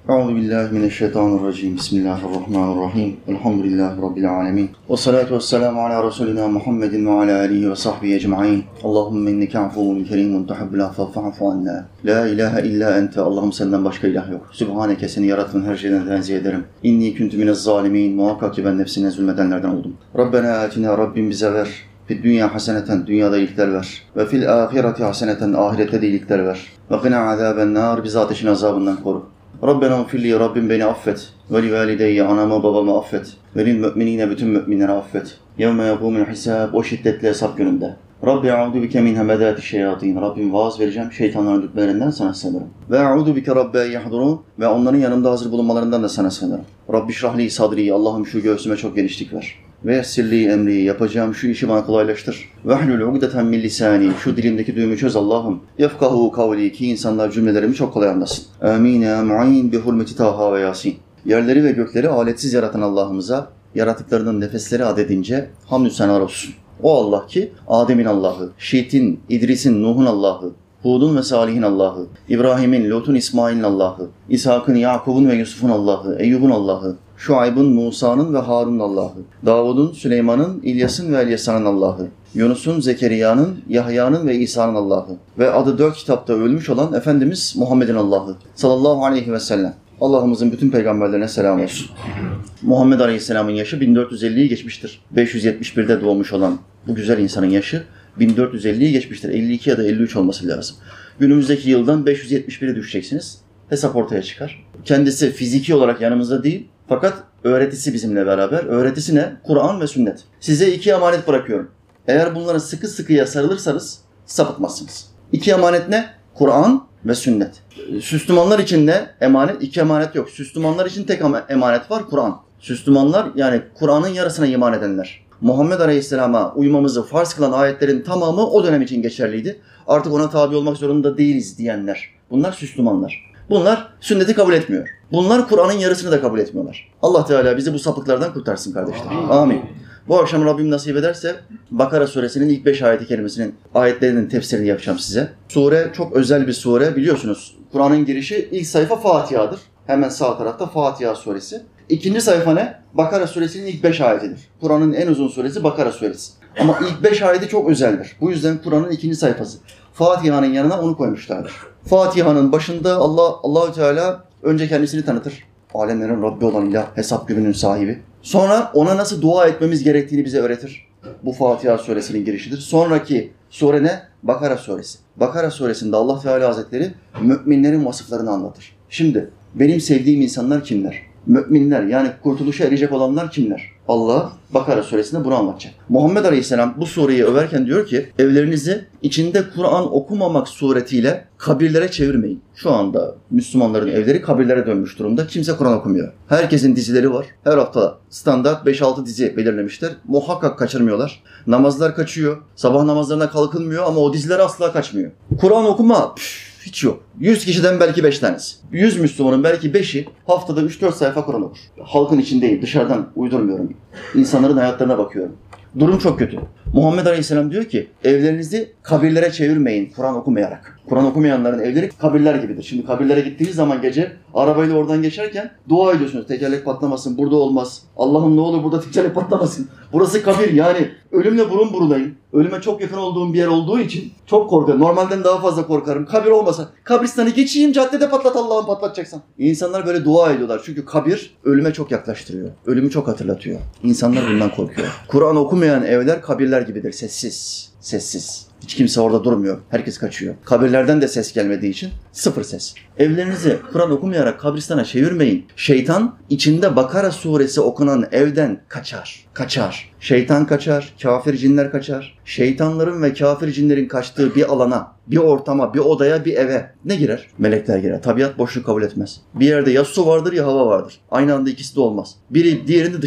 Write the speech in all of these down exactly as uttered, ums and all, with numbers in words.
Euzubillahimineşşeytanirracim. Bismillahirrahmanirrahim. Elhamdülillahi Rabbil alemin. Ve salatu vesselamu ala Resulina Muhammedin ve ala alihi ve sahbihi ecma'in. Allahümme inneke afuvun kerimun tuhibbul affe fa'fu anna. La ilahe illa ente. Allah'ım senden başka ilah yok. Sübhaneke, seni yarattığın her şeyden tenzih ederim. İnni kuntu minez zalimin. Muhakkak ki ben nefsine zulmedenlerden oldum. Rabbena atina, Rabbim bize ver. Fid dünya haseneten, dünyada iyilikler ver. Ve fil ahireti haseneten, ahirette de iyilikler ver. Ve gına azaben nar, bizi ateşin azabından koru. Rabbena ufilli, Rabbim beni affet. Ve li valideyye, anamı babamı affet. Ve lil müminine, bütün müminleri affet. Yevme yekûmul hisab, o şiddetli hesap gününde. Rabbi a'udu bike min hemedâti şeyatîn. Rabbim vaaz vereceğim, şeytanların rütbelerinden sana sığınırım. Ve a'udu bike rabbe yahdurun. Ve onların yanımda hazır bulunmalarından da sana sığınırım. Rabbi şrahli sadri, Allah'ım şu göğsüme çok genişlik ver. Ve yessirli emri, yapacağım şu işi bana kolaylaştır. Ve hlul ugdeten min lisani, şu dilimdeki düğümü çöz Allah'ım. Yefkahu kavli, ki insanlar cümlelerimi çok kolay anlasın. Amin ya mu'in bi hurmeti Taha ve Yasin. Yerleri ve gökleri aletsiz yaratan Allah'ımıza, yaratıklarının nefesleri adedince hamdü senalar olsun. O Allah ki Adem'in Allah'ı, Şit'in, İdris'in, Nuh'un Allah'ı, Hud'un ve Salih'in Allah'ı, İbrahim'in, Lut'un, İsmail'in Allah'ı, İshak'ın, Yakub'un ve Yusuf'un Allah'ı, Eyyub'un Allah'ı, Şuayb'ın, Musa'nın ve Harun'un Allah'ı, Davud'un, Süleyman'ın, İlyas'ın ve Elyasa'nın Allah'ı, Yunus'un, Zekeriya'nın, Yahya'nın ve İsa'nın Allah'ı ve adı dört kitapta ölmüş olan Efendimiz Muhammed'in Allah'ı sallallahu aleyhi ve sellem. Allah'ımızın bütün peygamberlerine selam olsun. Muhammed Aleyhisselam'ın yaşı bin dört yüz elliyi geçmiştir. beş yüz yetmiş birde doğmuş olan bu güzel insanın yaşı bin dört yüz elliyi geçmiştir. elli iki ya da elli üç olması lazım. Günümüzdeki yıldan beş yüz yetmiş bire düşeceksiniz. Hesap ortaya çıkar. Kendisi fiziki olarak yanımızda değil, fakat öğretisi bizimle beraber. Öğretisi ne? Kur'an ve sünnet. Size iki emanet bırakıyorum. Eğer bunlara sıkı sıkıya sarılırsanız sapıtmazsınız. İki emanet ne? Kur'an ve sünnet. Müslümanlar için ne? Emanet? İki emanet yok. Müslümanlar için tek emanet var, Kur'an. Müslümanlar yani Kur'an'ın yarısına iman edenler. Muhammed Aleyhisselam'a uymamızı farz kılan ayetlerin tamamı o dönem için geçerliydi. Artık ona tabi olmak zorunda değiliz diyenler. Bunlar Müslümanlar. Bunlar sünneti kabul etmiyor. Bunlar Kur'an'ın yarısını da kabul etmiyorlar. Allah Teala bizi bu sapıklardan kurtarsın kardeşler. Amin. Bu akşam Rabbim nasip ederse Bakara suresinin ilk beş ayeti kerimesinin ayetlerinin tefsirini yapacağım size. Sure çok özel bir sure, biliyorsunuz. Kur'an'ın girişi ilk sayfa Fatiha'dır. Hemen sağ tarafta Fatiha suresi. İkinci sayfa ne? Bakara suresinin ilk beş ayetidir. Kur'an'ın en uzun suresi Bakara suresi. Ama ilk beş ayeti çok özeldir. Bu yüzden Kur'an'ın ikinci sayfası. Fatiha'nın yanına onu koymuşlardır. Fatiha'nın başında Allah Allahu Teala önce kendisini tanıtır. Alemlerin Rabbi olan ilah, hesap gününün sahibi. Sonra ona nasıl dua etmemiz gerektiğini bize öğretir. Bu Fatiha suresinin girişidir. Sonraki sure ne? Bakara suresi. Bakara suresinde Allah Teala Hazretleri müminlerin vasıflarını anlatır. Şimdi benim sevdiğim insanlar kimler? Müminler, yani kurtuluşa erecek olanlar kimler? Allah Bakara suresinde bunu anlatacak. Muhammed Aleyhisselam bu sureyi överken diyor ki, evlerinizi içinde Kur'an okumamak suretiyle kabirlere çevirmeyin. Şu anda Müslümanların evleri kabirlere dönmüş durumda. Kimse Kur'an okumuyor. Herkesin dizileri var. Her hafta standart beş altı dizi belirlemişler. Muhakkak kaçırmıyorlar. Namazlar kaçıyor. Sabah namazlarına kalkılmıyor ama o diziler asla kaçmıyor. Kur'an okuma püf, hiç yok. yüz kişiden belki beş tanesi. yüz Müslümanın belki beşi haftada üç dört sayfa Kur'an okur. Halkın içindeyim, dışarıdan uydurmuyorum. İnsanların hayatlarına bakıyorum. Durum çok kötü. Muhammed Aleyhisselam diyor ki, evlerinizi kabirlere çevirmeyin Kur'an okumayarak. Kur'an okumayanların evleri kabirler gibidir. Şimdi kabirlere gittiğiniz zaman gece arabayla oradan geçerken dua ediyorsunuz. Tekerlek patlamasın, burada olmaz. Allah'ım ne olur burada tekerlek patlamasın. Burası kabir, yani ölümle burun burunayım. Ölüme çok yakın olduğum bir yer olduğu için çok korkarım. Normalden daha fazla korkarım. Kabir olmasa, kabristanı geçeyim, caddede patlat Allah'ım patlatacaksan. İnsanlar böyle dua ediyorlar. Çünkü kabir ölüme çok yaklaştırıyor. Ölümü çok hatırlatıyor. İnsanlar bundan korkuyor. Kur'an okumayan evler kabirler gibidir. Sessiz. Sessiz. Hiç kimse orada durmuyor. Herkes kaçıyor. Kabirlerden de ses gelmediği için sıfır ses. Evlerinizi Kur'an okumayarak kabristana çevirmeyin. Şeytan içinde Bakara suresi okunan evden kaçar. Kaçar. Şeytan kaçar. Kafir cinler kaçar. Şeytanların ve kafir cinlerin kaçtığı bir alana, bir ortama, bir odaya, bir eve ne girer? Melekler girer. Tabiat boşluk kabul etmez. Bir yerde ya su vardır ya hava vardır. Aynı anda ikisi de olmaz. Biri diğerini dışlar.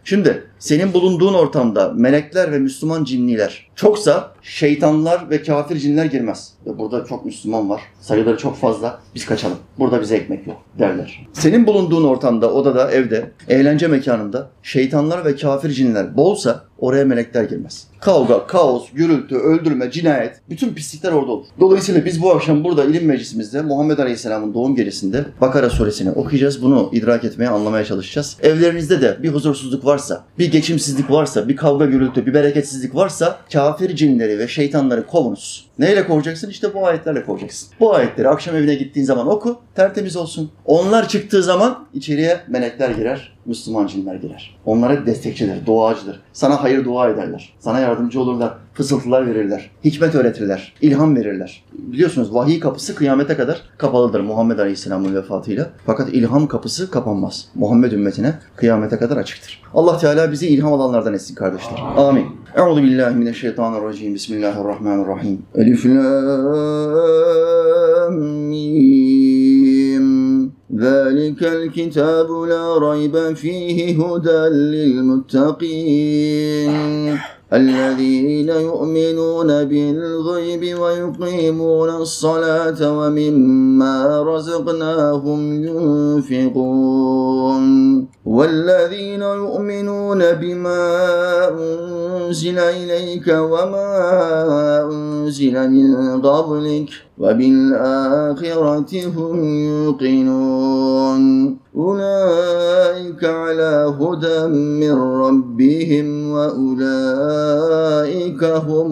Şimdi senin bulunduğun ortamda melekler ve Müslüman cinniler çoksa şeytanlar ve kafir cinler girmez. Ve burada çok Müslüman var. Sayıları çok fazla. Biz kaçalım. Burada bize ekmek yok derler. Senin bulunduğun ortamda, odada, evde, eğlence mekanında şeytanlar ve kafir cinler bolsa oraya melekler girmez. Kavga, kaos, gürültü, öldürme, cinayet, bütün pislikler orada olur. Dolayısıyla biz bu akşam burada ilim meclisimizde Muhammed Aleyhisselam'ın doğum gecesinde Bakara suresini okuyacağız. Bunu idrak etmeye, anlamaya çalışacağız. Evlerinizde de bir huzursuzluk varsa, bir geçimsizlik varsa, bir kavga, gürültü, bir bereketsizlik varsa kafir cinleri ve şeytanları kovunuz. Neyle kovacaksın? İşte bu ayetlerle kovacaksın. Bu ayetleri akşam evine gittiğin zaman oku, tertemiz olsun. Onlar çıktığı zaman içeriye melekler girer, Müslüman cinler girer. Onlara destekçidir, duacıdır. Sana hayır dua ederler. Sana yardımcı olurlar, fısıltılar verirler, hikmet öğretirler, ilham verirler. Biliyorsunuz vahiy kapısı kıyamete kadar kapalıdır Muhammed Aleyhisselam'ın vefatıyla. Fakat ilham kapısı kapanmaz. Muhammed ümmetine kıyamete kadar açıktır. Allah Teala bizi ilham alanlardan etsin kardeşler. Amin. Euzu billahi mineşşeytanirracim. Bismillahirrahmanirrahim. Elif lam mim. Zalikel kitabu la raybe fihi huden lil muttaqin. الذين يؤمنون بالغيب ويقيمون الصلاة ومما رزقناهم ينفقون والذين يؤمنون بما أنزل إليك وما أنزل من قبلك وبالآخرة هم يوقنون أولئك على هدى من ربهم وأولئك هم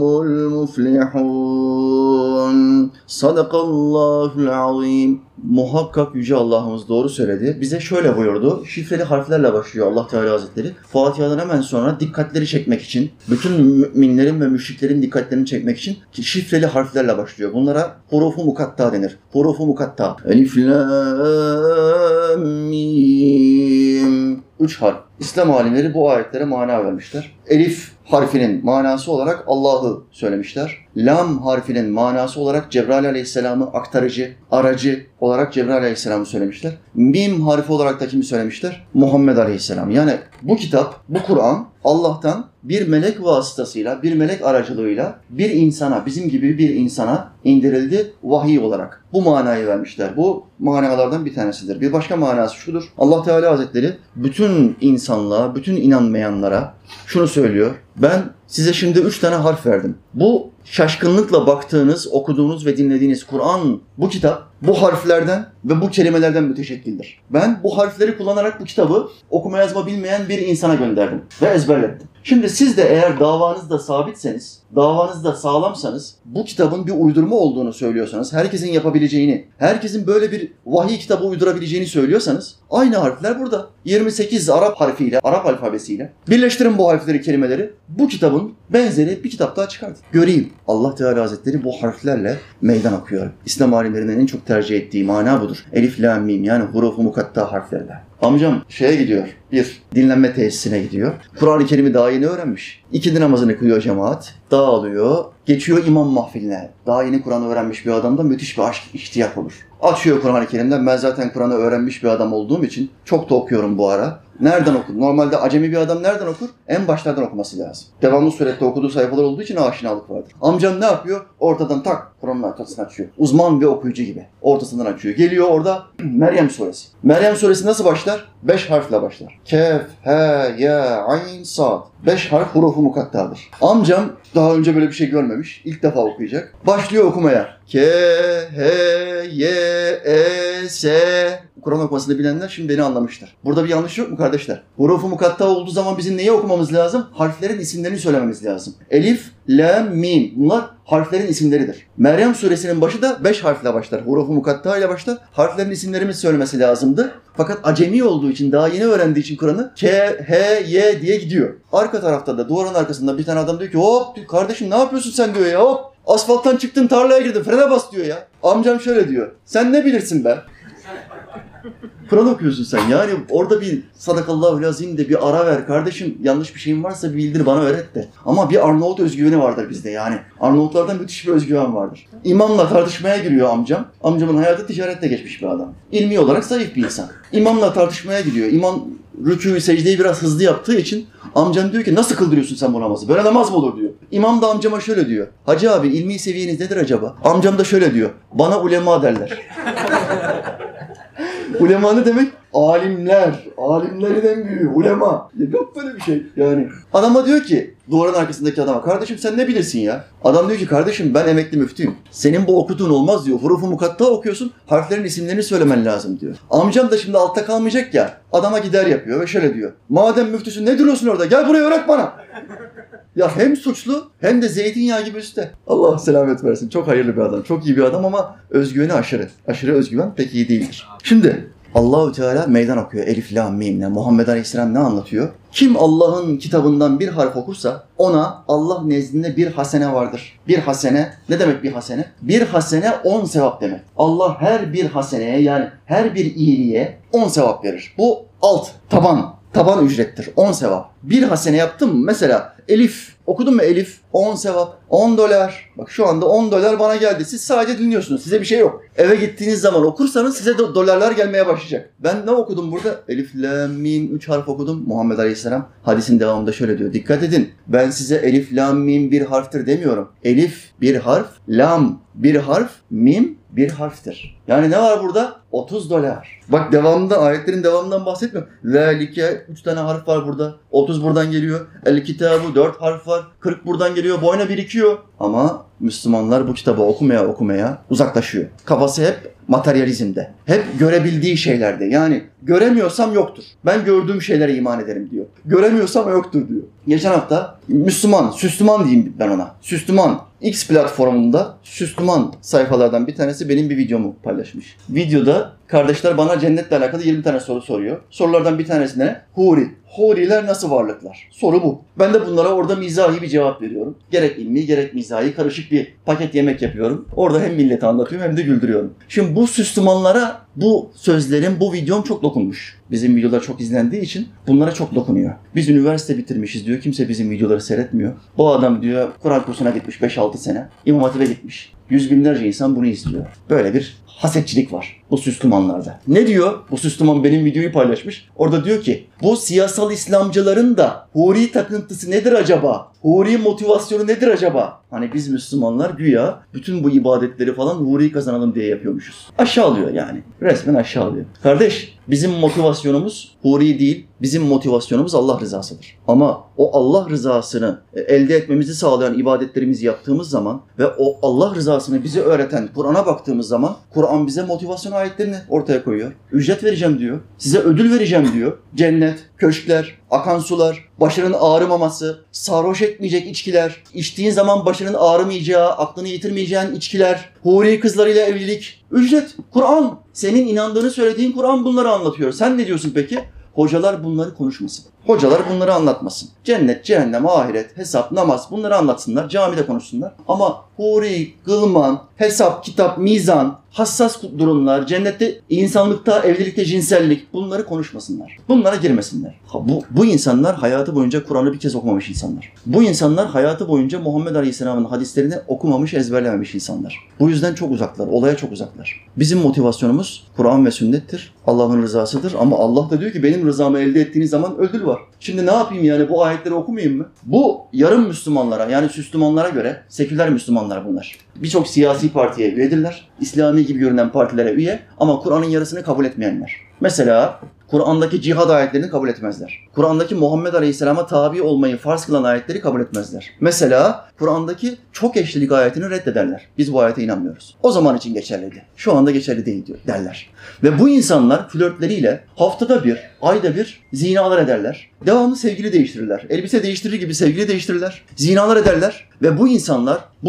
المفلحون صدق الله العظيم. Muhakkak Yüce Allah'ımız doğru söyledi. Bize şöyle buyurdu. Şifreli harflerle başlıyor Allah Teala Hazretleri. Fatiha'dan hemen sonra dikkatleri çekmek için, bütün müminlerin ve müşriklerin dikkatlerini çekmek için şifreli harflerle başlıyor. Bunlara hurufu mukatta denir. Hurufu mukatta. Elif, lam, mim. Üç harf. İslam alimleri bu ayetlere mana vermişler. Elif harfinin manası olarak Allah'ı söylemişler. Lam harfinin manası olarak Cebrail Aleyhisselam'ı aktarıcı, aracı olarak Cebrail Aleyhisselam'ı söylemişler. Mim harfi olarak da kimi söylemişler? Muhammed Aleyhisselam. Yani bu kitap, bu Kur'an Allah'tan bir melek vasıtasıyla, bir melek aracılığıyla bir insana, bizim gibi bir insana indirildi vahiy olarak. Bu manayı vermişler. Bu manalardan bir tanesidir. Bir başka manası şudur. Allah Teala Hazretleri bütün insanlığa, bütün inanmayanlara şunu söylüyor. Ben size şimdi üç tane harf verdim. Bu şaşkınlıkla baktığınız, okuduğunuz ve dinlediğiniz Kur'an, bu kitap bu harflerden ve bu kelimelerden müteşekkildir. Ben bu harfleri kullanarak bu kitabı okuma yazma bilmeyen bir insana gönderdim ve ezberlettim. Şimdi siz de eğer davanızda sabitseniz, davanızda sağlamsanız, bu kitabın bir uydurma olduğunu söylüyorsanız, herkesin yapabileceğini, herkesin böyle bir vahiy kitabı uydurabileceğini söylüyorsanız, aynı harfler burada. yirmi sekiz Arap harfiyle, Arap alfabesiyle birleştirin bu harfleri, kelimeleri. Bu kitabın benzeri bir kitap daha çıkartın. Göreyim. Allah Teala Hazretleri bu harflerle meydan okuyor. İslam alimlerinin en çok tercih ettiği mana budur. Elif, lam, mim, yani hurufu mukatta harflerle. Amcam şeye gidiyor, bir dinlenme tesisine gidiyor. Kur'an-ı Kerim'i daha yeni öğrenmiş. İkindi namazını kılıyor cemaat, dağılıyor, geçiyor imam mahfiline. Daha yeni Kur'an'ı öğrenmiş bir adamda müthiş bir aşk, ihtiyaç olur. Açıyor Kur'an-ı Kerim'den, ben zaten Kur'an'ı öğrenmiş bir adam olduğum için çok da okuyorum bu ara. Nereden okur? Normalde acemi bir adam nereden okur? En başlardan okuması lazım. Devamlı surette okuduğu sayfalar olduğu için aşinalık vardır. Amcam ne yapıyor? Ortadan tak Kur'an'ın arkasını açıyor. Uzman bir okuyucu gibi. Ortasından açıyor. Geliyor orada Meryem suresi. Meryem suresi nasıl başlar? Beş harfle başlar. Kef, he, ya, ayn, sad. Beş harf hurufu mukattadır. Amcam daha önce böyle bir şey görmemiş. İlk defa okuyacak. Başlıyor okumaya. K, H, Y, E, S. Kur'an okumasını bilenler şimdi beni anlamışlar. Burada bir yanlış yok mu kardeşler? Hurufu mukatta olduğu zaman bizim neyi okumamız lazım? Harflerin isimlerini söylememiz lazım. Elif, lam, mim. Bunlar harflerin isimleridir. Meryem suresinin başı da beş harfle başlar. Hurufu mukatta ile başlar. Harflerin isimlerimizi söylemesi lazımdı. Fakat acemi olduğu için, daha yeni öğrendiği için Kur'an'ı K, H, Y diye gidiyor. Arka tarafta da duvarın arkasında bir tane adam diyor ki hop kardeşim ne yapıyorsun sen diyor ya hop. Asfalttan çıktın tarlaya girdin frene bas diyor ya. Amcam şöyle diyor. Sen ne bilirsin be? Kur'an okuyorsun sen. Yani orada bir sadakallahu lazim de bir ara ver. Kardeşim yanlış bir şeyin varsa bildir bana öğret de. Ama bir Arnavut özgüveni vardır bizde yani. Arnavutlardan müthiş bir özgüven vardır. İmamla tartışmaya giriyor amcam. Amcamın hayatı ticarette geçmiş bir adam. İlmi olarak zayıf bir insan. İmamla tartışmaya gidiyor. İmam rükû secdeyi biraz hızlı yaptığı için amcam diyor ki nasıl kıldırıyorsun sen bu namazı? Böyle namaz mı olur diyor. İmam da amcama şöyle diyor. Hacı abi ilmi seviyeniz nedir acaba? Amcam da şöyle diyor. Bana ulema derler. Ulema ne demek? Alimler. Alimlerin en büyüğü. Ulema. Yok böyle bir şey yani. Adama diyor ki duvarın arkasındaki adama kardeşim sen ne bilirsin ya? Adam diyor ki kardeşim ben emekli müftüyüm. Senin bu okuduğun olmaz diyor. Hurufu mukatta okuyorsun. Harflerin isimlerini söylemen lazım diyor. Amcam da şimdi altta kalmayacak ya. Adama gider yapıyor ve şöyle diyor. Madem müftüsün ne duruyorsun orada? Gel buraya öğret bana. Ya hem suçlu hem de zeytinyağı gibi üstte. Allah selamet versin. Çok hayırlı bir adam. Çok iyi bir adam ama özgüveni aşırı. Aşırı özgüven pek iyi değildir. Şimdi Allahu Teala meydan okuyor. Elif, Lam, Mim ne? Muhammed Aleyhisselam ne anlatıyor? Kim Allah'ın kitabından bir harf okursa ona Allah nezdinde bir hasene vardır. Bir hasene ne demek bir hasene? Bir hasene on sevap demek. Allah her bir haseneye yani her bir iyiliğe on sevap verir. Bu alt, taban. Taban ücrettir. on sevap. Bir hasene yaptım mı? Mesela Elif. Okudun mu Elif? on sevap. on dolar. Bak şu anda on dolar bana geldi. Siz sadece dinliyorsunuz. Size bir şey yok. Eve gittiğiniz zaman okursanız size de dolarlar gelmeye başlayacak. Ben ne okudum burada? Elif, Lam, Mim. Üç harf okudum. Muhammed Aleyhisselam hadisin devamında şöyle diyor. Dikkat edin. Ben size Elif, Lam, Mim bir harftir demiyorum. Elif bir harf. Lam bir harf. Mim bir harftir. Yani ne var burada? otuz dolar. Bak devamında, ayetlerin devamından bahsetmiyorum. Velike üç tane harf var burada. otuz buradan geliyor. El kitabu dört harf var. kırk buradan geliyor. Boyuna birikiyor. Ama Müslümanlar bu kitabı okumaya okumaya uzaklaşıyor. Kafası hep materyalizmde. Hep görebildiği şeylerde. Yani göremiyorsam yoktur. Ben gördüğüm şeylere iman ederim diyor. Göremiyorsam yoktur diyor. Geçen hafta Müslüman, Süslüman diyeyim ben ona. Süslüman X platformunda Süslüman sayfalardan bir tanesi benim bir videomu paylaşmış. Videoda kardeşler bana cennetle alakalı yirmi tane soru soruyor. Sorulardan bir tanesine Huri. Huriler nasıl varlıklar? Soru bu. Ben de bunlara orada mizahi bir cevap veriyorum. Gerek ilmi gerek mizahi karışık bir paket yemek yapıyorum. Orada hem milleti anlatıyorum hem de güldürüyorum. Şimdi bu Süslümanlara bu sözlerim, bu videom çok dokunmuş. Bizim videolar çok izlendiği için bunlara çok dokunuyor. Biz üniversite bitirmişiz diyor. Kimse bizim videoları seyretmiyor. Bu adam diyor Kur'an kursuna gitmiş beş altı sene. İmam Hatip'e gitmiş. Yüz binlerce insan bunu izliyor. Böyle bir hasetçilik var bu Süslümanlarda. Ne diyor? Bu Süslüman benim videoyu paylaşmış. Orada diyor ki bu siyasal İslamcıların da huri takıntısı nedir acaba? Huri motivasyonu nedir acaba? Hani biz Müslümanlar güya bütün bu ibadetleri falan huri kazanalım diye yapıyormuşuz. Aşağılıyor yani. Resmen aşağılıyor. Kardeş bizim motivasyonumuz huri değil. Bizim motivasyonumuz Allah rızasıdır. Ama o Allah rızasını elde etmemizi sağlayan ibadetlerimizi yaptığımız zaman ve o Allah rızasını bize öğreten Kur'an'a baktığımız zaman Kur'an bize motivasyon ayetlerini ortaya koyuyor. Ücret vereceğim diyor. Size ödül vereceğim diyor. Cennet, köşkler, akan sular, başının ağrımaması, sarhoş etmeyecek içkiler, içtiğin zaman başının ağrımayacağı, aklını yitirmeyeceğin içkiler, huri kızlarıyla evlilik, ücret, Kur'an. Senin inandığını söylediğin Kur'an bunları anlatıyor. Sen ne diyorsun peki? Hocalar bunları konuşmasın. Hocalar bunları anlatmasın. Cennet, cehennem, ahiret, hesap, namaz bunları anlatsınlar. Camide konuşsunlar. Ama huri, gılman, hesap, kitap, mizan, hassas durumlar, cennette, insanlıkta, evlilikte, cinsellik bunları konuşmasınlar. Bunlara girmesinler. Bu, bu insanlar hayatı boyunca Kur'an'ı bir kez okumamış insanlar. Bu insanlar hayatı boyunca Muhammed Aleyhisselam'ın hadislerini okumamış, ezberlememiş insanlar. Bu yüzden çok uzaklar, olaya çok uzaklar. Bizim motivasyonumuz Kur'an ve sünnettir. Allah'ın rızasıdır ama Allah da diyor ki benim rızamı elde ettiğiniz zaman ödül var. Şimdi ne yapayım yani bu ayetleri okumayayım mı? Bu yarım Müslümanlara yani Süslümanlara göre seküler Müslümanlar bunlar. Birçok siyasi partiye üyedirler. İslami gibi görünen partilere üye ama Kur'an'ın yarısını kabul etmeyenler. Mesela Kur'an'daki cihad ayetlerini kabul etmezler. Kur'an'daki Muhammed Aleyhisselam'a tabi olmayı farz kılan ayetleri kabul etmezler. Mesela Kur'an'daki çok eşlilik ayetini reddederler. Biz bu ayete inanmıyoruz. O zaman için geçerliydi. Şu anda geçerli değil diyor derler. Ve bu insanlar flörtleriyle haftada bir, ayda bir zinalar ederler. Devamlı sevgili değiştirirler. Elbise değiştirir gibi sevgili değiştirirler. Zinalar ederler. Ve bu insanlar bu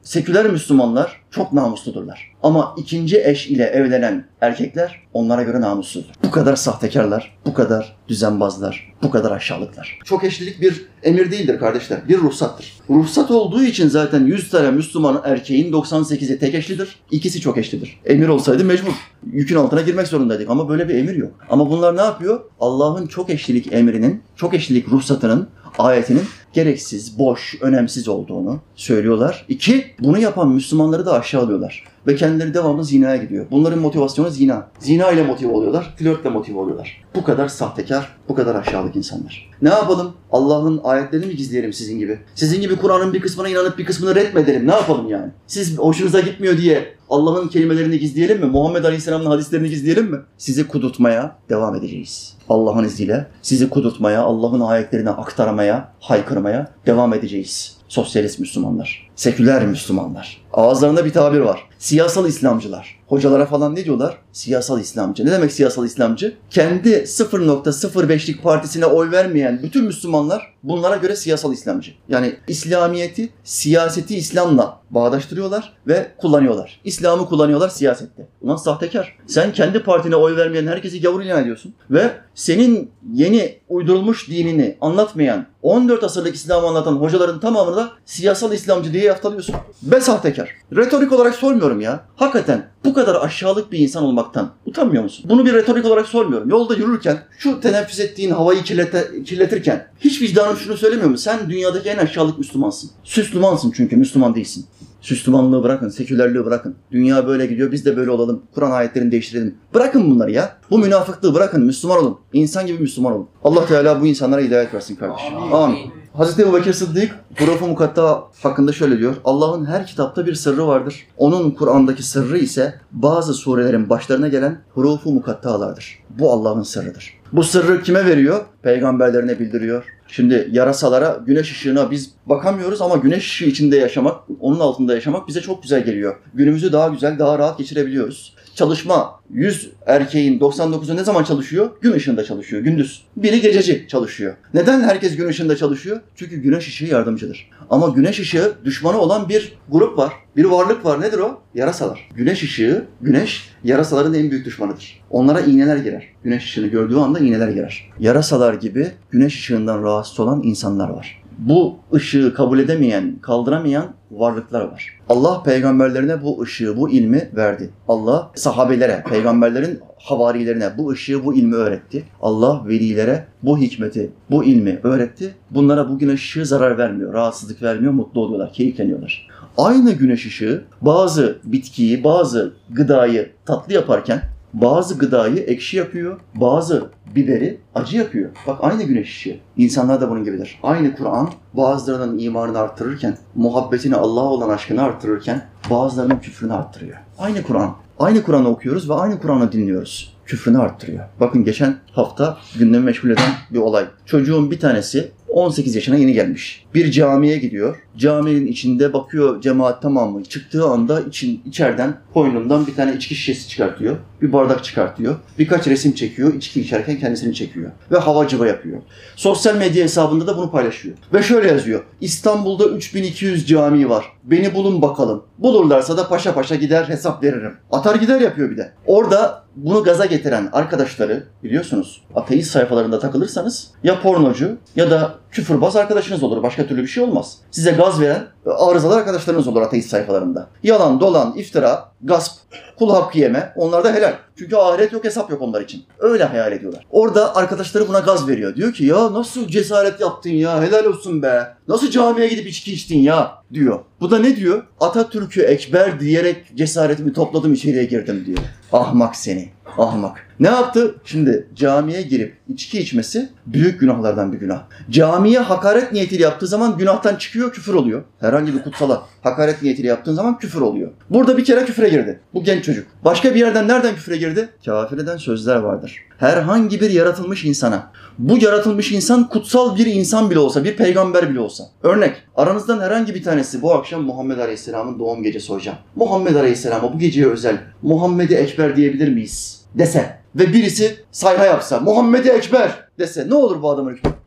Seküler Müslümanlar çok namusludurlar. Ama ikinci eş ile evlenen erkekler onlara göre namussuzdur. Bu kadar sahtekarlar, bu kadar düzenbazlar, bu kadar aşağılıklar. Çok eşlilik bir emir değildir kardeşler, bir ruhsattır. Ruhsat olduğu için zaten yüz tane Müslüman erkeğin doksan sekizi tek eşlidir, ikisi çok eşlidir. Emir olsaydı mecbur. Yükün altına girmek zorundaydık ama böyle bir emir yok. Ama bunlar ne yapıyor? Allah'ın çok eşlilik emrinin, çok eşlilik ruhsatının, ayetinin gereksiz, boş, önemsiz olduğunu söylüyorlar. İki, bunu yapan Müslümanları da aşağılıyorlar. Ve kendileri devamlı zinaya gidiyor. Bunların motivasyonu zina. Zina ile motive oluyorlar, flörtle motive oluyorlar. Bu kadar sahtekar, bu kadar aşağılık insanlar. Ne yapalım? Allah'ın ayetlerini mi gizleyelim sizin gibi? Sizin gibi Kur'an'ın bir kısmına inanıp bir kısmını reddmedelim. Ne yapalım yani? Siz hoşunuza gitmiyor diye Allah'ın kelimelerini gizleyelim mi? Muhammed Aleyhisselam'ın hadislerini gizleyelim mi? Sizi kudurtmaya devam edeceğiz. Allah'ın izniyle sizi kudurtmaya, Allah'ın ayetlerini aktarmaya, haykırmaya devam edeceğiz. Sosyalist Müslümanlar, seküler Müslümanlar. Ağızlarında bir tabir var. Siyasal İslamcılar. Hocalara falan ne diyorlar? Siyasal İslamcı. Ne demek siyasal İslamcı? Kendi sıfır nokta sıfır beşlik partisine oy vermeyen bütün Müslümanlar bunlara göre siyasal İslamcı. Yani İslamiyeti, siyaseti İslam'la bağdaştırıyorlar ve kullanıyorlar. İslam'ı kullanıyorlar siyasette. Ulan sahtekar. Sen kendi partine oy vermeyen herkesi gavur ilan ediyorsun. Ve senin yeni uydurulmuş dinini anlatmayan, on dört asırlık İslam'ı anlatan hocaların tamamını da siyasal İslamcı diye yaftalıyorsun. Be sahtekar. Retorik olarak sormuyorum ya. Hakikaten bu kadar aşağılık bir insan olmaktan utanmıyor musun? Bunu bir retorik olarak sormuyorum. Yolda yürürken, şu teneffüs ettiğin havayı kirlete, kirletirken hiç vicdanın şunu söylemiyor mu? Sen dünyadaki en aşağılık Müslümansın. Süslümansın çünkü, Müslüman değilsin. Süslümanlığı bırakın, sekülerliği bırakın. Dünya böyle gidiyor, biz de böyle olalım. Kur'an ayetlerini değiştirelim. Bırakın bunları ya. Bu münafıklığı bırakın, Müslüman olun. İnsan gibi Müslüman olun. Allah Teala bu insanlara hidayet versin kardeşim. Amin. Amin. Hazreti Ebu Bekir Sıddık, Hurufu Mukatta hakkında şöyle diyor. Allah'ın her kitapta bir sırrı vardır. Onun Kur'an'daki sırrı ise bazı surelerin başlarına gelen Hurufu Mukattalardır. Bu Allah'ın sırrıdır. Bu sırrı kime veriyor? Peygamberlerine bildiriyor. Şimdi yarasalara, güneş ışığına biz bakamıyoruz ama güneş ışığı içinde yaşamak, onun altında yaşamak bize çok güzel geliyor. Günümüzü daha güzel, daha rahat geçirebiliyoruz. Çalışma, yüz erkeğin doksan dokuzu ne zaman çalışıyor? Gün ışığında çalışıyor, gündüz. Biri gececi çalışıyor. Neden herkes gün ışığında çalışıyor? Çünkü güneş ışığı yardımcıdır. Ama güneş ışığı düşmanı olan bir grup var, bir varlık var. Nedir o? Yarasalar. Güneş ışığı, güneş yarasaların en büyük düşmanıdır. Onlara iğneler girer. Güneş ışığını gördüğü anda iğneler girer. Yarasalar gibi güneş ışığından rahatsız olan insanlar var. Bu ışığı kabul edemeyen, kaldıramayan varlıklar var. Allah peygamberlerine bu ışığı, bu ilmi verdi. Allah sahabelere, peygamberlerin havarilerine bu ışığı, bu ilmi öğretti. Allah velilere bu hikmeti, bu ilmi öğretti. Bunlara bu güneş ışığı zarar vermiyor, rahatsızlık vermiyor, mutlu oluyorlar, keyifleniyorlar. Aynı güneş ışığı bazı bitkiyi, bazı gıdayı tatlı yaparken bazı gıdayı ekşi yapıyor, bazı biberi acı yapıyor. Bak aynı güneş ışığı. İnsanlar da bunun gibidir. Aynı Kur'an bazılarının imanını arttırırken, muhabbetini, Allah'a olan aşkını arttırırken bazılarının küfrünü arttırıyor. Aynı Kur'an. Aynı Kur'an'ı okuyoruz ve aynı Kur'an'ı dinliyoruz. Küfrünü arttırıyor. Bakın geçen hafta gündemi meşgul eden bir olay. Çocuğun bir tanesi on sekiz yaşına yeni gelmiş. Bir camiye gidiyor. Caminin içinde bakıyor cemaat tamamı. Çıktığı anda için, içeriden koynundan bir tane içki şişesi çıkartıyor. Bir bardak çıkartıyor. Birkaç resim çekiyor. İçki içerken kendisini çekiyor. Ve havacıva yapıyor. Sosyal medya hesabında da bunu paylaşıyor. Ve şöyle yazıyor. İstanbul'da üç bin iki yüz cami var. Beni bulun bakalım. Bulurlarsa da paşa paşa gider hesap veririm. Atar gider yapıyor bir de. Orada bunu gaza getiren arkadaşları biliyorsunuz ateist sayfalarında takılırsanız ya pornocu ya da küfürbaz arkadaşınız olur. Başka türlü bir şey olmaz. Size gaz veren arızalı arkadaşlarınız olur ateist sayfalarında. Yalan, dolan, iftira, gasp, kul hakkı yeme onlar da helal. Çünkü ahiret yok, hesap yok onlar için. Öyle hayal ediyorlar. Orada arkadaşları buna gaz veriyor. Diyor ki ya nasıl cesaret yaptın ya, helal olsun be. Nasıl camiye gidip içki içtin ya diyor. Bu da ne diyor? Atatürk'ü ekber diyerek cesaretimi topladım içeriye girdim diyor. Ahmak seni. Ahmak. Ne yaptı? Şimdi camiye girip içki içmesi büyük günahlardan bir günah. Camiye hakaret niyetiyle yaptığı zaman günahtan çıkıyor, küfür oluyor. Herhangi bir kutsala hakaret niyetiyle yaptığın zaman küfür oluyor. Burada bir kere küfre girdi. Bu genç çocuk. Başka bir yerden nereden küfre girdi? Kafir eden sözler vardır. Herhangi bir yaratılmış insana, bu yaratılmış insan kutsal bir insan bile olsa, bir peygamber bile olsa. Örnek, aranızdan herhangi bir tanesi bu akşam Muhammed Aleyhisselam'ın doğum gecesi hocam. Muhammed Aleyhisselam'a bu geceye özel Muhammed-i Ekber diyebilir miyiz? Dese ve birisi sayha yapsa, Muhammed-i Ekber dese ne olur bu adamın hükmü?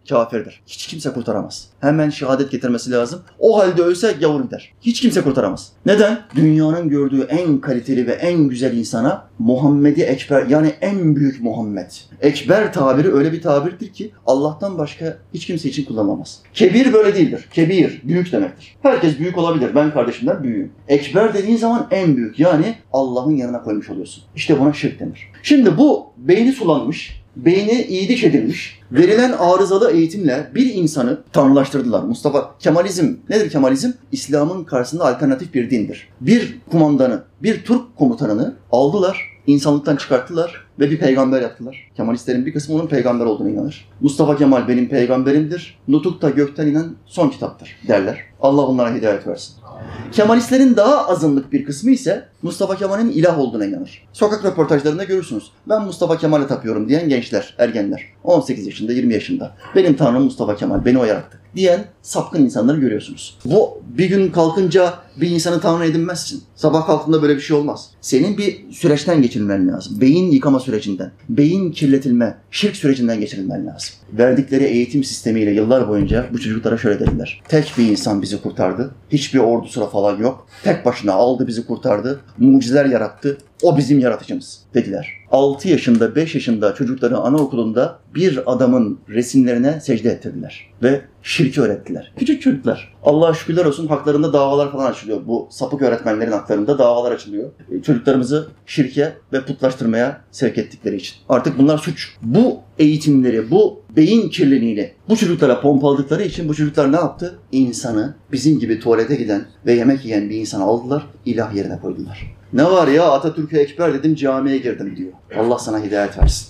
kafirdir. Hiç kimse kurtaramaz. Hemen şehadet getirmesi lazım. O halde ölse gavur gider. Hiç kimse kurtaramaz. Neden? Dünyanın gördüğü en kaliteli ve en güzel insana Muhammed'i Ekber, yani en büyük Muhammed. Ekber tabiri öyle bir tabirdir ki Allah'tan başka hiç kimse için kullanılamaz. Kebir böyle değildir. Kebir, büyük demektir. Herkes büyük olabilir. Ben kardeşimden büyüğüm. Ekber dediğin zaman en büyük, yani Allah'ın yanına koymuş oluyorsun. İşte buna şirk denir. Şimdi bu beyni sulanmış, beyni iyiliş edilmiş, verilen arızalı eğitimle bir insanı tanrılaştırdılar. Mustafa, Kemalizm nedir Kemalizm? İslam'ın karşısında alternatif bir dindir. Bir kumandanı, bir Türk komutanını aldılar, insanlıktan çıkarttılar ve bir peygamber yaptılar. Kemalistlerin bir kısmı onun peygamber olduğuna inanır. Mustafa Kemal benim peygamberimdir, Nutuk da gökten inen son kitaptır derler. Allah onlara hidayet versin. Kemalistlerin daha azınlık bir kısmı ise Mustafa Kemal'in ilah olduğuna inanır. Sokak röportajlarında görürsünüz. Ben Mustafa Kemal'e tapıyorum diyen gençler, ergenler. on sekiz yaşında, yirmi yaşında. Benim tanrım Mustafa Kemal, beni o yarattı diyen sapkın insanları görüyorsunuz. Bu bir gün kalkınca bir insanı tanrı edinmezsin. Sabah kalktığında böyle bir şey olmaz. Senin bir süreçten geçirilmen lazım. Beyin yıkama sürecinden, beyin kirletilme, şirk sürecinden geçirilmen lazım. Verdikleri eğitim sistemiyle yıllar boyunca bu çocuklara şöyle dediler. Tek bir insan bizi kurtardı. Hiçbir ordusuna falan yok. Tek başına aldı bizi kurtardı. Mucizeler yarattı. O bizim yaratıcımız dediler. altı yaşında, beş yaşında çocukları anaokulunda bir adamın resimlerine secde ettirdiler. Ve şirki öğrettiler. Küçük çocuklar. Allah'a şükürler olsun haklarında davalar falan açılıyor. Bu sapık öğretmenlerin haklarında davalar açılıyor. Çocuklarımızı şirke ve putlaştırmaya sevk ettikleri için. Artık bunlar suç. Bu eğitimleri, bu beyin kirliliğini bu çocuklara pompaladıkları için bu çocuklar ne yaptı? İnsanı bizim gibi tuvalete giden ve yemek yiyen bir insanı aldılar, ilah yerine koydular. Ne var ya, Atatürk'e ekber dedim, camiye girdim diyor. Allah sana hidayet versin.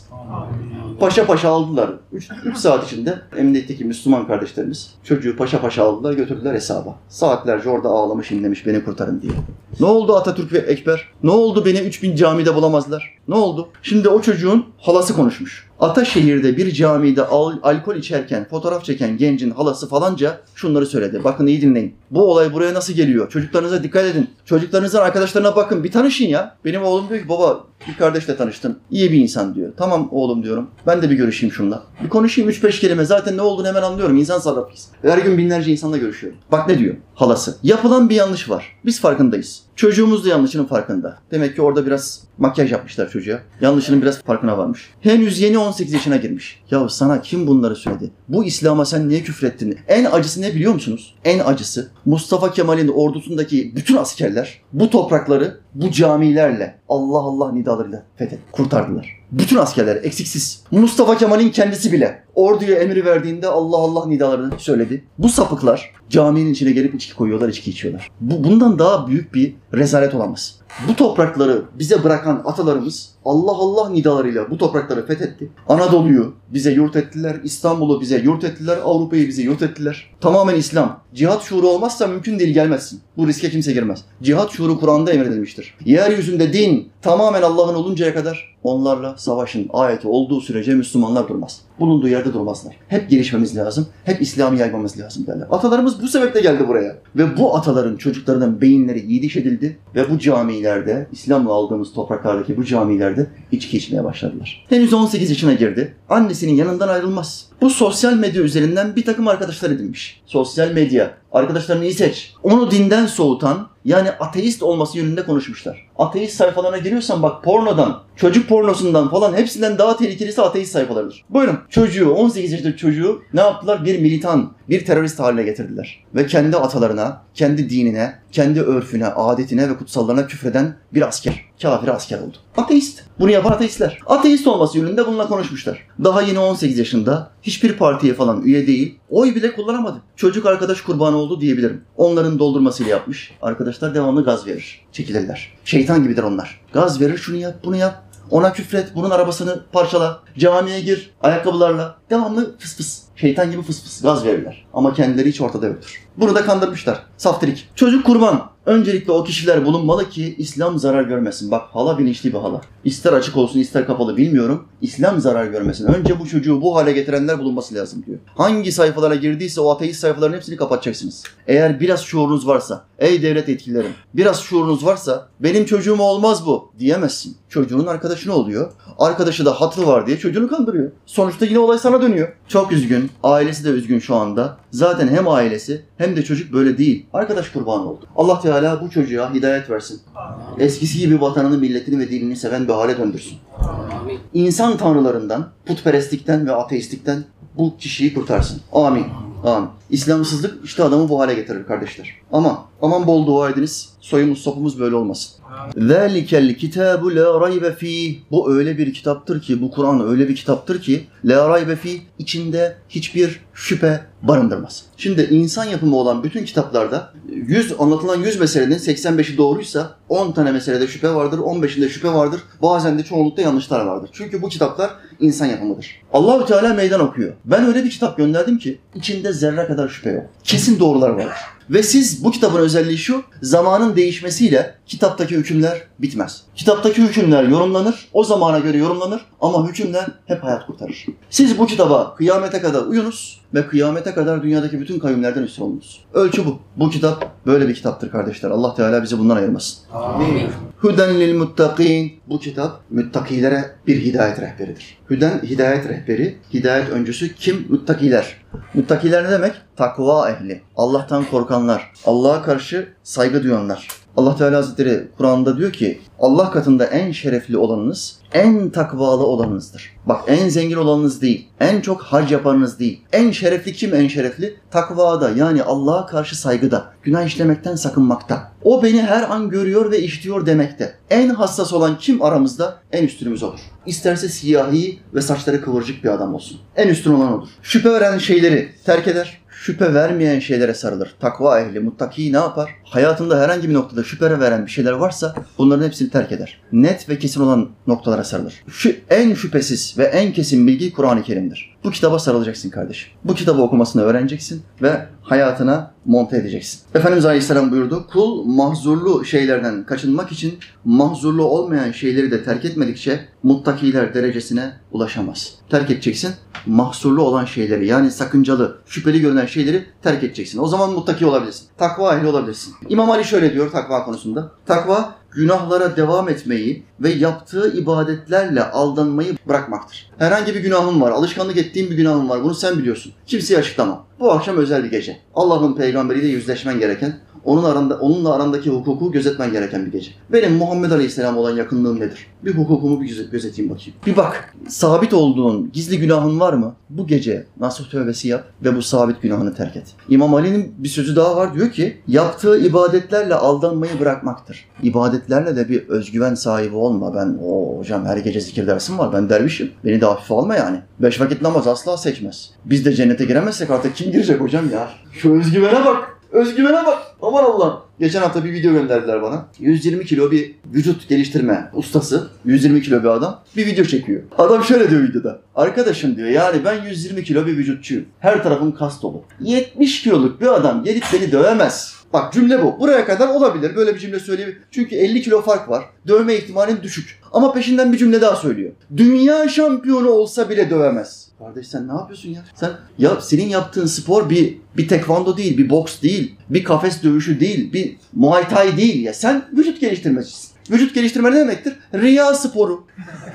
Paşa paşa aldılar. üç saat içinde emniyetteki Müslüman kardeşlerimiz çocuğu paşa paşa aldılar, götürdüler hesaba. Saatlerce orada ağlamış, inlemiş, beni kurtarın diye. Ne oldu Atatürk ve ekber? Ne oldu, beni üç bin camide bulamazlar? Ne oldu? Şimdi o çocuğun halası konuşmuş. Ataşehir'de bir camide al- alkol içerken fotoğraf çeken gencin halası falanca şunları söyledi. Bakın iyi dinleyin. Bu olay buraya nasıl geliyor? Çocuklarınıza dikkat edin. Çocuklarınızın arkadaşlarına bakın. Bir tanışın ya. Benim oğlum diyor ki baba bir kardeşle tanıştım. İyi bir insan diyor. Tamam oğlum diyorum. Ben de bir görüşeyim şunla. Bir konuşayım üç beş kelime. Zaten ne olduğunu hemen anlıyorum. İnsan sarrafıyız. Her gün binlerce insanla görüşüyorum. Bak ne diyor halası. Yapılan bir yanlış var. Biz farkındayız. Çocuğumuz da yanlışının farkında. Demek ki orada biraz makyaj yapmışlar çocuğa. Yanlışının biraz farkına varmış. Henüz yeni on sekiz yaşına girmiş. Ya sana kim bunları söyledi? Bu İslam'a sen niye küfrettin? En acısı ne biliyor musunuz? En acısı Mustafa Kemal'in ordusundaki bütün askerler bu toprakları bu camilerle Allah Allah nidalarıyla fethet, kurtardılar. Bütün askerler eksiksiz. Mustafa Kemal'in kendisi bile orduya emir verdiğinde Allah Allah nidalarını söyledi. Bu sapıklar caminin içine gelip içki koyuyorlar, içki içiyorlar. Bu, bundan daha büyük bir rezalet olamaz. Bu toprakları bize bırakan atalarımız Allah Allah nidalarıyla bu toprakları fethetti. Anadolu'yu bize yurt ettiler, İstanbul'u bize yurt ettiler, Avrupa'yı bize yurt ettiler. Tamamen İslam. Cihat şuuru olmazsa mümkün değil, gelmezsin. Bu riske kimse girmez. Cihat şuuru Kur'an'da emredilmiştir. Yeryüzünde din tamamen Allah'ın oluncaya kadar onlarla savaşın ayeti olduğu sürece Müslümanlar durmaz. Bulunduğu yerde durmazlar. Hep gelişmemiz lazım, hep İslam'ı yaymamız lazım derler. Atalarımız bu sebeple geldi buraya. Ve bu ataların çocuklarının beyinleri yediş edildi ve bu camilerde, İslam'la aldığımız topraklardaki bu camilerde içki içmeye başladılar. Henüz on sekiz yaşına girdi. Annesinin yanından ayrılmaz. Bu sosyal medya üzerinden bir takım arkadaşlar edinmiş. Sosyal medya. Arkadaşlarını iyi seç. Onu dinden soğutan, yani ateist olması yönünde konuşmuşlar. Ateist sayfalarına giriyorsan bak, pornodan, çocuk pornosundan falan hepsinden daha tehlikelisi ateist sayfalarıdır. Buyurun. Çocuğu, on sekiz yaşındaki çocuğu ne yaptılar? Bir militan, bir terörist haline getirdiler. Ve kendi atalarına, kendi dinine, kendi örfüne, adetine ve kutsallarına küfreden bir asker. Kafir asker oldu. Ateist. Bunu yapan ateistler. Ateist olması yönünde bununla konuşmuşlar. Daha yeni on sekiz yaşında, hiçbir partiye falan üye değil, oy bile kullanamadı. Çocuk arkadaş kurbanı oldu diyebilirim. Onların doldurmasıyla yapmış. Arkadaşlar devamlı gaz verir. Çekilirler. Şeytan gibidir onlar. Gaz verir, şunu yap, bunu yap. Ona küfret, bunun arabasını parçala. Camiye gir, ayakkabılarla. Devamlı fıs fıs. Şeytan gibi fıs fıs gaz verirler. Ama kendileri hiç ortada yoktur. Bunu da kandırmışlar. Saftirik. Çocuk kurban. Öncelikle o kişiler bulunmalı ki İslam zarar görmesin. Bak hala bilinçli bir hala. İster açık olsun ister kapalı bilmiyorum. İslam zarar görmesin. Önce bu çocuğu bu hale getirenler bulunması lazım diyor. Hangi sayfalara girdiyse o ateist sayfaların hepsini kapatacaksınız. Eğer biraz şuurunuz varsa, Ey devlet yetkililerim, biraz şuurunuz varsa benim çocuğum olmaz bu diyemezsin. Çocuğunun arkadaşına oluyor. Arkadaşı da hatırı var diye çocuğunu kandırıyor. Sonuçta yine olay sana dönüyor. Çok üzgün. Ailesi de üzgün şu anda. Zaten hem ailesi hem de çocuk böyle değil. Arkadaş kurbanı oldu. Allah Teala bu çocuğa hidayet versin. Eskisi gibi vatanını, milletini ve dinini seven bir hale döndürsün. İnsan tanrılarından, putperestlikten ve ateistlikten bu kişiyi kurtarsın. Amin. Amin. İslamsızlık işte adamı bu hale getirir kardeşler. Ama aman bol dua ediniz. Soyumuz sopumuz böyle olmasın. Zalikel kitabu la raybe fîh. Bu öyle bir kitaptır ki, bu Kur'an öyle bir kitaptır ki la raybe fîh, içinde hiçbir şüphe barındırmaz. Şimdi insan yapımı olan bütün kitaplarda yüz anlatılan yüz meselenin seksen beşi doğruysa on tane meselede şüphe vardır, on beşinde şüphe vardır. Bazen de çoğunlukta yanlışlar vardır. Çünkü bu kitaplar insan yapımıdır. Allah-u Teala meydan okuyor. Ben öyle bir kitap gönderdim ki içinde zerre kadar şüphe yok. Kesin doğrular var. Ve siz, bu kitabın özelliği şu, zamanın değişmesiyle kitaptaki hükümler bitmez. Kitaptaki hükümler yorumlanır, o zamana göre yorumlanır ama hükümler hep hayat kurtarır. Siz bu kitaba kıyamete kadar uyunuz ve kıyamete kadar dünyadaki bütün kavimlerden üstün olunuz. Ölçü bu. Bu kitap böyle bir kitaptır kardeşler. Allah Teala bizi bundan ayırmasın. Amin. Huden lil muttakin. Bu kitap müttakilere bir hidayet rehberidir. Hüden hidayet rehberi, hidayet öncüsü kim? Muttakiler. Muttakiler ne demek? Takva ehli. Allah'tan korkanlar, Allah'a karşı saygı duyanlar. Allah Teala Hazretleri Kur'an'da diyor ki Allah katında en şerefli olanınız, en takvalı olanınızdır. Bak, en zengin olanınız değil, en çok harc yapanınız değil. En şerefli kim en şerefli? Takvada, yani Allah'a karşı saygıda, günah işlemekten sakınmakta. O beni her an görüyor ve işitiyor demekte. En hassas olan kim aramızda? En üstünümüz olur. İsterse siyahi ve saçları kıvırcık bir adam olsun. En üstün olan odur. Şüphe veren şeyleri terk eder. Şüphe vermeyen şeylere sarılır. Takva ehli, muttaki ne yapar? Hayatında herhangi bir noktada şüphe veren bir şeyler varsa bunların hepsini terk eder. Net ve kesin olan noktalara sarılır. Şu en şüphesiz ve en kesin bilgi Kur'an-ı Kerim'dir. Bu kitaba sarılacaksın kardeşim. Bu kitabı okumasını öğreneceksin ve hayatına monte edeceksin. Efendimiz Aleyhisselam buyurdu, kul mahzurlu şeylerden kaçınmak için mahzurlu olmayan şeyleri de terk etmedikçe muttakiler derecesine ulaşamaz. Terk edeceksin, mahsurlu olan şeyleri, yani sakıncalı, şüpheli görünen şeyleri terk edeceksin. O zaman muttaki olabilirsin. Takva ehli olabilirsin. İmam Ali şöyle diyor takva konusunda. Takva, günahlara devam etmeyi ve yaptığı ibadetlerle aldanmayı bırakmaktır. Herhangi bir günahın var, alışkanlık ettiğin bir günahın var. Bunu sen biliyorsun. Kimseye açıklama. Bu akşam özel bir gece. Allah'ın peygamberiyle yüzleşmen gereken, onun aranda, onunla arandaki hukuku gözetmen gereken bir gece. Benim Muhammed Aleyhisselam olan yakınlığım nedir? Bir hukukumu bir göz- gözeteyim bakayım. Bir bak, sabit olduğun gizli günahın var mı? Bu gece nasuh tövbesi yap ve bu sabit günahını terk et. İmam Ali'nin bir sözü daha var, diyor ki, yaptığı ibadetlerle aldanmayı bırakmaktır. İbadetlerle de bir özgüven sahibi olma. Ben o hocam her gece zikir dersim var, ben dervişim. Beni de hafife alma yani. Beş vakit namaz asla seçmez. Biz de cennete giremezsek artık kim girecek hocam ya? Şu özgüvene bak. Özgüvene bak. Aman Allah'ım. Geçen hafta bir video gönderdiler bana. yüz yirmi kilo bir vücut geliştirme ustası, yüz yirmi kilo bir adam bir video çekiyor. Adam şöyle diyor videoda. Arkadaşım diyor, yani ben yüz yirmi kilo bir vücutçuyum. Her tarafım kas dolu. yetmiş kiloluk bir adam gelip beni dövemez. Bak, cümle bu. Buraya kadar olabilir. Böyle bir cümle söyleyebilir. Çünkü elli kilo fark var. Dövme ihtimalin düşük. Ama peşinden bir cümle daha söylüyor. Dünya şampiyonu olsa bile dövemez. Kardeş sen ne yapıyorsun ya? Sen ya senin yaptığın spor bir bir tekvando değil, bir boks değil, bir kafes dövüşü değil, bir muay thai değil ya. Sen vücut geliştirmecisin. Vücut geliştirme ne demektir? Riya sporu.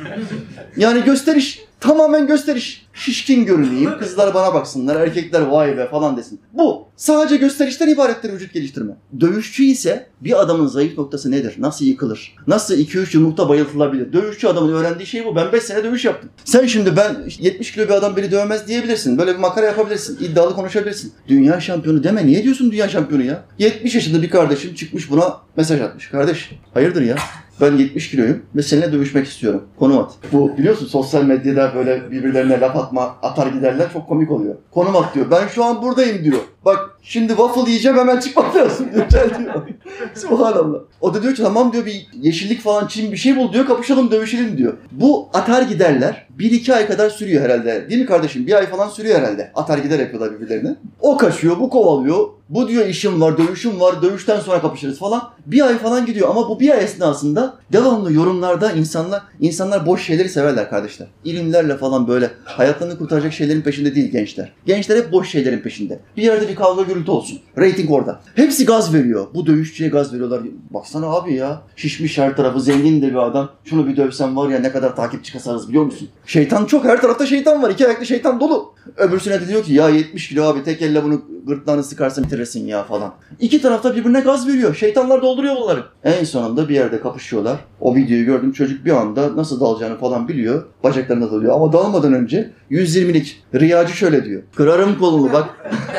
Yani gösteriş. Tamamen gösteriş. Şişkin görüneyim, kızlar bana baksınlar, erkekler vay be falan desin. Bu sadece gösterişten ibarettir vücut geliştirme. Dövüşçü ise bir adamın zayıf noktası nedir? Nasıl yıkılır? Nasıl iki üç yumrukta bayıltılabilir? Dövüşçü adamın öğrendiği şey bu. Ben beş sene dövüş yaptım. Sen şimdi ben yetmiş kilo bir adam beni dövmez diyebilirsin. Böyle bir makara yapabilirsin. İddialı konuşabilirsin. Dünya şampiyonu deme. Niye diyorsun dünya şampiyonu ya? yetmiş yaşında bir kardeşim çıkmış buna mesaj atmış. Kardeş hayırdır ya? Ben yetmiş kiloyum ve seninle dövüşmek istiyorum. Konum at. Bu biliyorsun sosyal medyada böyle birbirlerine laf atma, atar giderler, çok komik oluyor. Konum at diyor. Ben şu an buradayım diyor. Bak şimdi waffle yiyeceğim, hemen çıkmak lazım diyor. Gel diyor. Subhanallah. O da diyor ki tamam diyor, bir yeşillik falan çim bir şey bul diyor, kapışalım dövüşelim diyor. Bu atar giderler bir iki ay kadar sürüyor herhalde. Değil mi kardeşim? Bir ay falan sürüyor herhalde. Atar gider yapıyorlar birbirlerine. O kaçıyor, bu kovalıyor. Bu diyor işim var, dövüşüm var, dövüşten sonra kapışırız falan. Bir ay falan gidiyor ama bu bir ay esnasında devamlı yorumlarda insanlar insanlar boş şeyleri severler kardeşler. İlimlerle falan böyle hayatlarını kurtaracak şeylerin peşinde değil gençler. Gençler hep boş şeylerin peşinde. Bir yerde bir kavga gürültü olsun. Rating orada. Hepsi gaz veriyor. Bu dövüşçüye gaz veriyorlar. Baksana abi ya. Şişmiş her tarafı, zengin de bir adam. Şunu bir dövsem var ya ne kadar takipçi kasarız biliyor musun? Şeytan çok, her tarafta şeytan var. İki ayaklı şeytan dolu. Öbürsüne de diyor ki ya yetmiş kilo abi tek elle bunu gırtlağını sıkarsan bitirirsin ya falan. İki tarafta birbirine gaz veriyor. Şeytanlar dolduruyor bunları. En sonunda bir yerde kapışıyorlar. O videoyu gördüm. Çocuk bir anda nasıl dalacağını falan biliyor. Bacaklarına dalıyor. Ama dalmadan önce yüz yirmilik riyacı şöyle diyor. Kırarım kolunu bak.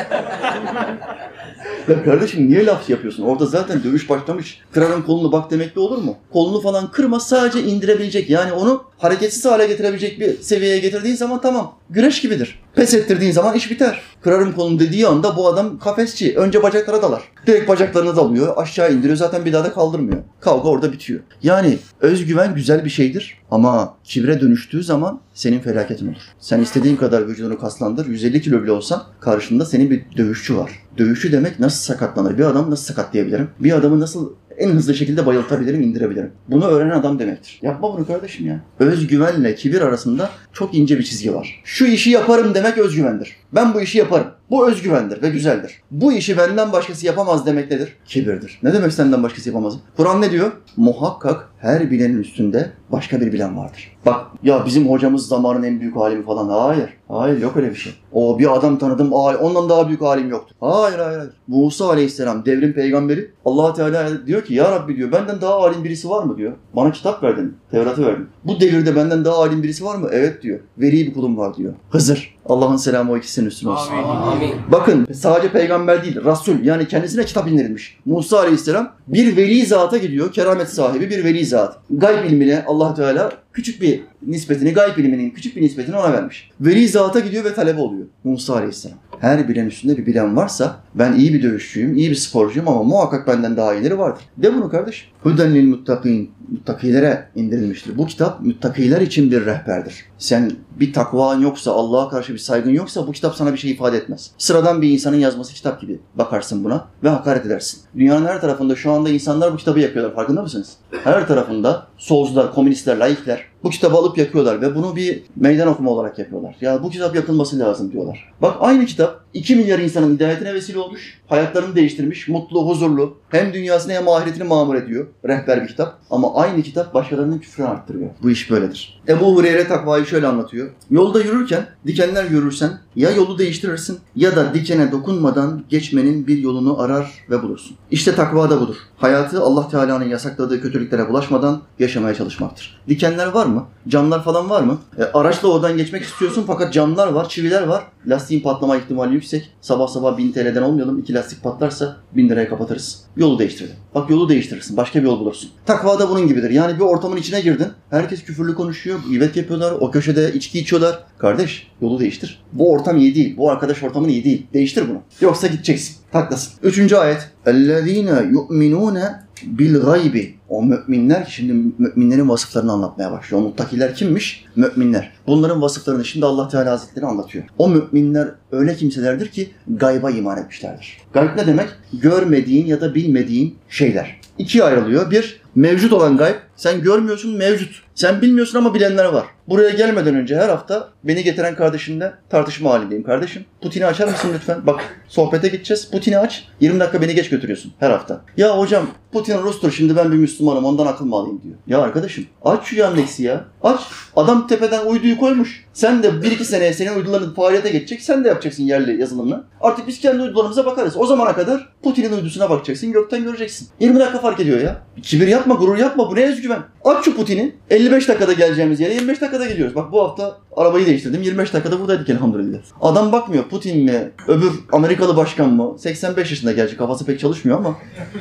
Ya kardeşim niye laf yapıyorsun? Orada zaten dövüş başlamış. Kırarım kolunu bak demekle olur mu? Kolunu falan kırma, sadece indirebilecek. Yani onu hareketsiz hale getirebilecek bir seviyeye getirdiğin zaman tamam. Güreş gibidir. Pes ettirdiğin zaman iş biter. Kırarım kolunu dediği anda bu adam kafesçi. Önce bacaklara dalar. Direkt bacaklarına dalıyor. Aşağı indiriyor. Zaten bir daha da kaldırmıyor. Kavga orada bitiyor. Yani özgüven güzel bir şeydir. Ama kibre dönüştüğü zaman senin felaketin olur. Sen istediğin kadar vücudunu kaslandır. yüz elli kilo bile olsan karşında senin bir dövüşçü var. Dövüşçü demek nasıl sakatlanır? Bir adamı nasıl sakatlayabilirim? Bir adamı nasıl en hızlı şekilde bayıltabilirim, indirebilirim? Bunu öğrenen adam demektir. Yapma bunu kardeşim ya. Özgüvenle kibir arasında çok ince bir çizgi var. Şu işi yaparım demek özgüvendir. Ben bu işi yaparım. Bu özgüvendir ve güzeldir. Bu işi benden başkası yapamaz demek nedir? Kibirdir. Ne demek senden başkası yapamaz? Kur'an ne diyor? Muhakkak her bilenin üstünde başka bir bilen vardır. Bak ya bizim hocamız zamanın en büyük alimi falan. Hayır. Hayır yok öyle bir şey. O bir adam tanıdım, ondan daha büyük alim yoktu. Hayır hayır hayır. Musa aleyhisselam devrin peygamberi. Allah Teala diyor ki ya Rabbi diyor benden daha alim birisi var mı diyor. Bana kitap verdin, Tevrat'ı verdin. Bu devirde benden daha alim birisi var mı? Evet diyor. Veli bir kulum var diyor. Hızır. Allah'ın selamı o ikisinin üstüne olsun. Amin. Amin. Bakın sadece peygamber değil, Resul yani kendisine kitap indirilmiş. Musa aleyhisselam bir veli zata gidiyor, keramet sahibi bir veli zat. Gayb ilmine Allah Teala küçük bir nispetini, gayb ilminin küçük bir nispetini ona vermiş. Veli zata gidiyor ve talebe oluyor Musa aleyhisselam. Her bilen üstünde bir bilen varsa ben iyi bir dövüşçüyüm, iyi bir sporcuyum ama muhakkak benden daha iyileri vardır. De bunu kardeşim. Huden lil muttakin, muttakilere indirilmiştir. Bu kitap muttakiler için bir rehberdir. Sen bir takvan yoksa, Allah'a karşı bir saygın yoksa bu kitap sana bir şey ifade etmez. Sıradan bir insanın yazması kitap gibi bakarsın buna ve hakaret edersin. Dünyanın her tarafında şu anda insanlar bu kitabı yakıyorlar. Farkında mısınız? Her tarafında solcular, komünistler, laikler bu kitabı alıp yakıyorlar ve bunu bir meydan okuma olarak yapıyorlar. Ya bu kitap yakılması lazım diyorlar. Bak aynı kitap iki milyar insanın hidayetine vesile olmuş, hayatlarını değiştirmiş, mutlu, huzurlu, hem dünyasını hem ahiretini mamur ediyor. Rehber bir kitap. Ama aynı kitap başkalarının küfrünü arttırıyor. Bu iş böyledir. Ebu Hureyre takvayı şöyle anlatıyor. Yolda yürürken dikenler görürsen ya yolu değiştirirsin ya da dikene dokunmadan geçmenin bir yolunu arar ve bulursun. İşte takva da budur. Hayatı Allah Teala'nın yasakladığı kötülüklere bulaşmadan yaşamaya çalışmaktır. Dikenler var mı? Camlar falan var mı? E, araçla oradan geçmek istiyorsun fakat camlar var, çiviler var. Lastiğin patlama ihtimali yüksek. Sabah sabah bin T L'den olmayalım. İki lastik patlarsa bin liraya kapatırız. Yolu değiştirelim. Bak yolu değiştirirsin. Başka bir yol bulursun. Takva da bunun gibidir. Yani bir ortamın içine girdin. Herkes küfürlü konuşuyor. İvet yapıyorlar. O köşede içki içiyorlar. Kardeş yolu değiştir. Bu ortam iyi değil. Bu arkadaş ortamın iyi değil. Değiştir bunu. Yoksa gideceksin. Taklasın. Üçüncü ayet. اَلَّذ۪ينَ يُؤْمِنُونَ بِالْغَيْبِ O müminler, şimdi müminlerin vasıflarını anlatmaya başlıyor. O muttakiler kimmiş? Müminler. Bunların vasıflarını şimdi Allah Teala Hazretleri anlatıyor. O müminler öyle kimselerdir ki gayba iman etmişlerdir. Gayb ne demek? Görmediğin ya da bilmediğin şeyler. İkiye ayrılıyor. Bir, mevcut olan gayb. Sen görmüyorsun, mevcut. Sen bilmiyorsun ama bilenler var. Buraya gelmeden önce her hafta beni getiren kardeşimle tartışma halindeyim. Kardeşim Putin'i açar mısın lütfen? Bak sohbete gideceğiz. Putin'i aç. yirmi dakika beni geç götürüyorsun her hafta. Ya hocam Putin Rus'tur, şimdi ben bir Müslümanım, ondan akıl mı alayım diyor. Ya arkadaşım aç şu Yandeks'i ya. Aç. Adam tepeden uyduyu koymuş. Sen de bir iki seneye senin uyduların faaliyete geçecek. Sen de yapacaksın yerli yazılımla. Artık biz kendi uydularımıza bakarız. O zamana kadar Putin'in uydusuna bakacaksın. Gökten göreceksin. yirmi dakika fark ediyor ya. Kibir yapma, gurur yapma. Bu ne özgüven? Aç şu Putin'i. elli beş dakikada geleceğimiz yere yirmi beş dakikada gidiyoruz. Bak bu hafta arabayı değiştirdim. yirmi beş dakikada buradaydık elhamdülillah. Adam bakmıyor Putin mi, öbür Amerikalı başkan mı? seksen beş yaşında gerçi, kafası pek çalışmıyor ama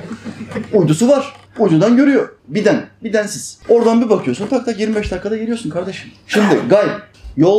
uydusu var. Uydudan görüyor. Biden. Bidensiz. Oradan bir bakıyorsun tak tak yirmi beş dakikada geliyorsun kardeşim. Şimdi gayb. Yolda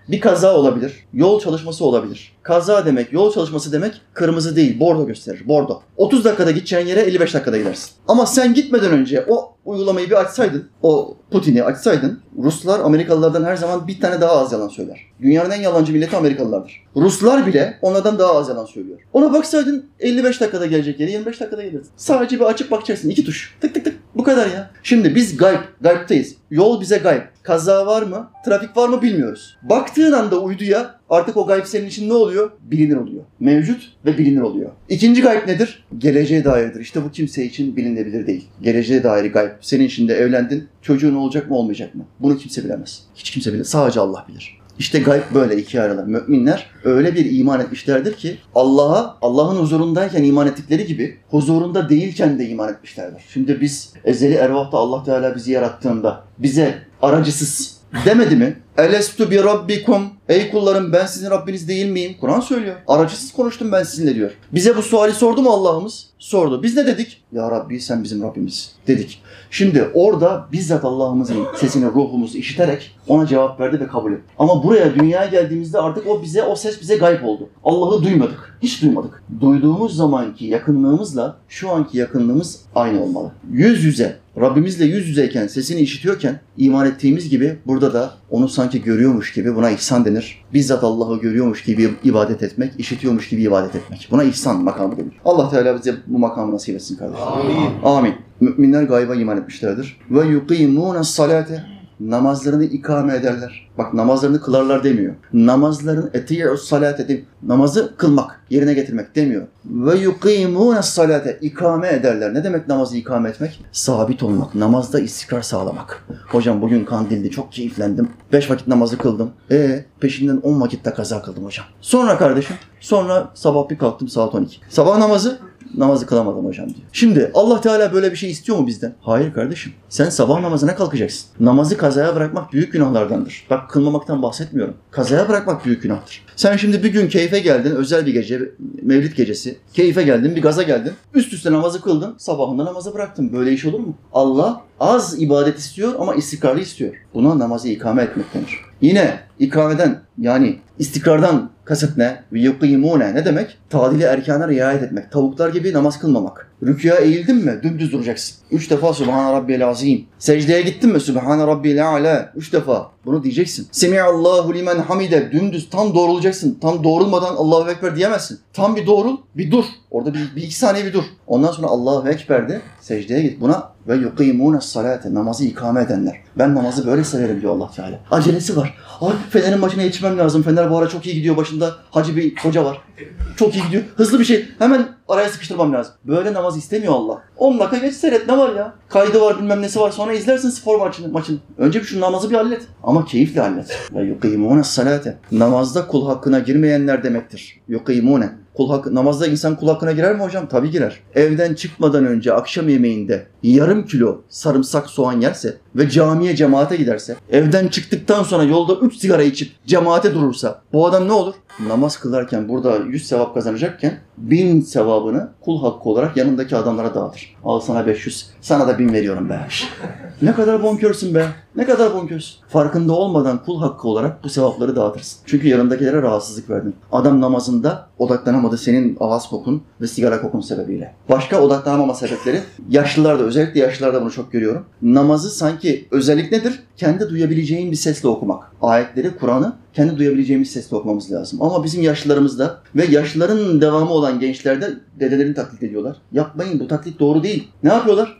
Bir kaza olabilir, yol çalışması olabilir. Kaza demek, yol çalışması demek kırmızı değil, bordo gösterir, bordo. otuz dakikada gideceğin yere elli beş dakikada gidersin. Ama sen gitmeden önce o uygulamayı bir açsaydın, o Putin'i açsaydın, Ruslar Amerikalılardan her zaman bir tane daha az yalan söyler. Dünyanın en yalancı milleti Amerikalılardır. Ruslar bile onlardan daha az yalan söylüyor. Ona baksaydın elli beş dakikada gelecek yere yirmi beş dakikada gelirsin. Sadece bir açıp bakacaksın, iki tuş. Tık tık tık. Bu kadar ya. Şimdi biz gayb, gaybtayız. Yol bize gayb. Kaza var mı? Trafik var mı bilmiyoruz. Baktığın anda uyduya artık o gayb senin için ne oluyor? Bilinir oluyor. Mevcut ve bilinir oluyor. İkinci gayb nedir? Geleceğe dairdir. İşte bu kimse için bilinebilir değil. Geleceğe dair gayb. Senin şimdi evlendin. Çocuğun olacak mı olmayacak mı? Bunu kimse bilemez. Hiç kimse bilemez. Sadece Allah bilir. İşte gayb böyle ikiye ayrılır. Müminler öyle bir iman etmişlerdir ki Allah'a, Allah'ın huzurundayken iman ettikleri gibi huzurunda değilken de iman etmişlerdir. Şimdi biz ezeli ervahta Allah Teala bizi yarattığında bize aracısız demedi mi? Elestu bi rabbikum. Ey kullarım ben sizin Rabbiniz değil miyim? Kur'an söylüyor. Aracısız konuştum ben sizinle diyor. Bize bu suali sordu mu Allah'ımız? Sordu. Biz ne dedik? Ya Rabbi sen bizim Rabbimiz dedik. Şimdi orada bizzat Allah'ımızın sesini, ruhumuzu işiterek ona cevap verdi ve kabul etti. Ama buraya dünyaya geldiğimizde artık o bize, o ses bize gayb oldu. Allah'ı duymadık. Hiç duymadık. Duyduğumuz zamanki yakınlığımızla şu anki yakınlığımız aynı olmalı. Yüz yüze, Rabbimizle yüz yüzeyken, sesini işitiyorken iman ettiğimiz gibi burada da onu sanki görüyormuş gibi buna ihsan denir. Bizzat Allah'ı görüyormuş gibi ibadet etmek, işitiyormuş gibi ibadet etmek. Buna ihsan makamı denir. Allah Teala bize bu makamı nasip etsin kardeşim. Amin. Amin. Müminler gayba iman etmişlerdir. Ve yuqimûnes salate. Namazlarını ikame ederler. Bak namazlarını kılarlar demiyor. Namazların eti'us salate demiyor. Namazı kılmak, yerine getirmek demiyor. Ve yuqimûnes salate. İkame ederler. Ne demek namazı ikame etmek? Sabit olmak. Namazda istikrar sağlamak. Hocam bugün kandildi. Çok keyiflendim. Beş vakit namazı kıldım. E peşinden on vakitte kaza kıldım hocam. Sonra kardeşim, sonra sabah bir kalktım saat on iki. Sabah namazı namazı kılamadım hocam diyor. Şimdi Allah Teala böyle bir şey istiyor mu bizden? Hayır kardeşim. Sen sabah namazına kalkacaksın. Namazı kazaya bırakmak büyük günahlardandır. Bak kılmamaktan bahsetmiyorum. Kazaya bırakmak büyük günahtır. Sen şimdi bir gün keyfe geldin, özel bir gece, Mevlid gecesi. Keyfe geldin, bir gaza geldin. Üst üste namazı kıldın, sabahında namazı bıraktın. Böyle iş olur mu? Allah az ibadet istiyor ama istikrarlı istiyor. Buna namazı ikame etmek denir. Yine ikameden yani istikrardan kasıt ne? Ve yukimune ne demek? Tadili erkana riayet etmek. Tavuklar gibi namaz kılmamak. Rükûya eğildin mi? Dümdüz duracaksın. Üç defa Subhane Rabbiyel Azim. Secdeye gittin mi? Subhane Rabbiyel A'la. Üç defa. Bunu diyeceksin. Semiallahu limen hamide. Dümdüz tam doğrulacaksın. Tam doğrulmadan Allahu Ekber diyemezsin. Tam bir doğrul, bir dur. Orada bir, bir iki saniye bir dur. Ondan sonra Allahu Ekber de secdeye git. Buna ve yukimûnes salate. Namazı ikame edenler. Ben namazı böyle severim diyor Allah Teala. Acelesi var. Ay Fener'in başına yetişmem lazım. Fener bu ara çok iyi gidiyor. Başında hacı bir hoca var. Çok iyi gidiyor. Hızlı bir şey. Hemen araya sıkıştırmam lazım. Böyle namaz istemiyor Allah. on dakika geç seyret ne var ya? Kaydı var bilmem nesi var. Sonra izlersin spor maçını. maçını. Önce bir şu namazı bir hallet. Ama keyifle hallet. Ve yukimûnes salate. Namazda kul hakkına girmeyenler demektir. Yukimûne. Kul hakkı, namazda insan kul hakkına girer mi hocam? Tabii girer. Evden çıkmadan önce akşam yemeğinde yarım kilo sarımsak soğan yerse ve camiye cemaate giderse, evden çıktıktan sonra yolda üç sigara içip cemaate durursa bu adam ne olur? Namaz kılarken burada yüz sevap kazanacakken bin sevabını kul hakkı olarak yanındaki adamlara dağıtır. Al sana beş yüz, sana da bin veriyorum be. Ne kadar bonkörsün be. Ne kadar bonkörsün. Farkında olmadan kul hakkı olarak bu sevapları dağıtırsın. Çünkü yanındakilere rahatsızlık verdin. Adam namazında odaklanamadı senin ağız kokun ve sigara kokun sebebiyle. Başka odaklanamama sebepleri, yaşlılarda özellikle yaşlılarda bunu çok görüyorum. Namazı sanki özellik nedir? Kendi duyabileceğin bir sesle okumak. Ayetleri, Kur'an'ı kendi duyabileceğimiz sesle okumamız lazım. Ama bizim yaşlılarımızda ve yaşlıların devamı olan gençlerde dedelerini taklit ediyorlar. Yapmayın, bu taklit doğru değil. Ne yapıyorlar?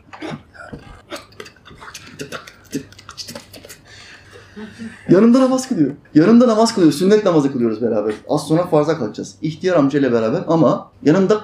Yanımda namaz kılıyor. Yanımda namaz kılıyor. Sünnet namazı kılıyoruz beraber. Az sonra farza kalkacağız. İhtiyar amcayla beraber ama yanımda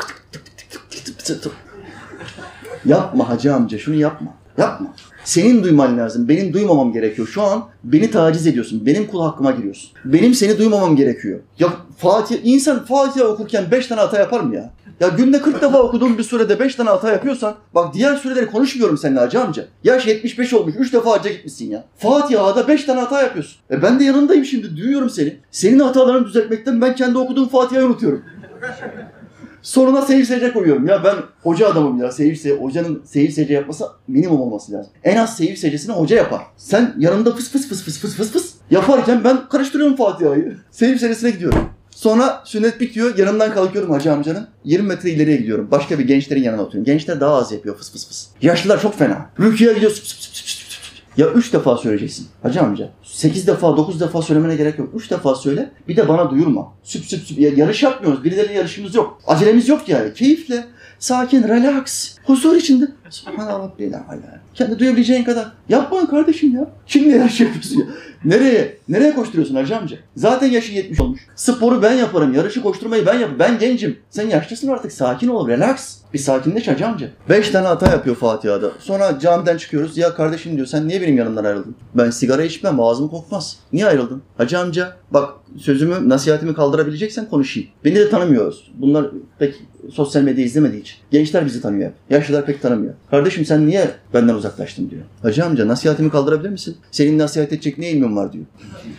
yapma hacı amca, şunu yapma. Yapma. Senin duyman lazım. Benim duymamam gerekiyor. Şu an beni taciz ediyorsun. Benim kul hakkıma giriyorsun. Benim seni duymamam gerekiyor. Ya Fatih, insan Fatiha okurken beş tane hata yapar mı ya? Ya günde kırk defa okuduğum bir surede beş tane hata yapıyorsan, bak diğer sureleri konuşmuyorum seninle hacı amca. Yaş yetmiş beş olmuş, üç defa hacca gitmişsin ya. Fatiha'da beş tane hata yapıyorsun. E ben de yanındayım şimdi, duyuyorum seni. Senin hatalarını düzeltmekten ben kendi okuduğum Fatiha'yı unutuyorum. Sonuna seyir secde koyuyorum. Ya ben hoca adamım ya. Seyir secde, hocanın seyir secde yapması minimum olması lazım. En az seyir secdesini hoca yapar. Sen yanında fıs fıs fıs fıs fıs fıs fıs. Yaparken ben karıştırıyorum Fatiha'yı. Sevim serisine gidiyorum. Sonra sünnet bitiyor, yanından kalkıyorum hacı amcanın. yirmi metre ileriye gidiyorum. Başka bir gençlerin yanına oturuyorum. Gençler daha az yapıyor, fıs fıs fıs. Yaşlılar çok fena. Rüküye gidiyor, sıp sıp sıp sıp sıp. Ya üç defa söyleyeceksin hacı amca. Sekiz defa, dokuz defa söylemene gerek yok. Üç defa söyle, bir de bana duyurma. Süp süp süp. Ya, yarış yapmıyoruz, birileriyle yarışımız yok. Acelemiz yok yani. Keyifle, sakin, relax, huzur içinde. Subhanallah. Kendi duyabileceğin kadar. Yapma kardeşim ya. Kimle yarış yapıyorsun ya? Nereye? Nereye koşturuyorsun hacı amca? Zaten yaşın yetmiş olmuş. Sporu ben yaparım, yarışı koşturmayı ben yaparım. Ben gencim. Sen yaşlısın artık, sakin ol, relax. Bir sakinleş hacı amca. Beş tane hata yapıyor Fatiha'da. Sonra camiden çıkıyoruz. Ya kardeşim diyor, sen niye benim yanımdan ayrıldın? Ben sigara içmem, ağzım kokmaz. Niye ayrıldın? Hacı amca bak, sözümü, nasihatimi kaldırabileceksen konuşayım. Beni de tanımıyoruz. Bunlar pek sosyal medya izlemediği için. Gençler bizi tanıyor hep. Yaşlılar pek tanımıyor. Kardeşim sen niye benden uzaklaştın diyor. Hacı amca nasihatimi kaldırabilir misin? Senin nasihat edecek ne ilmin var diyor.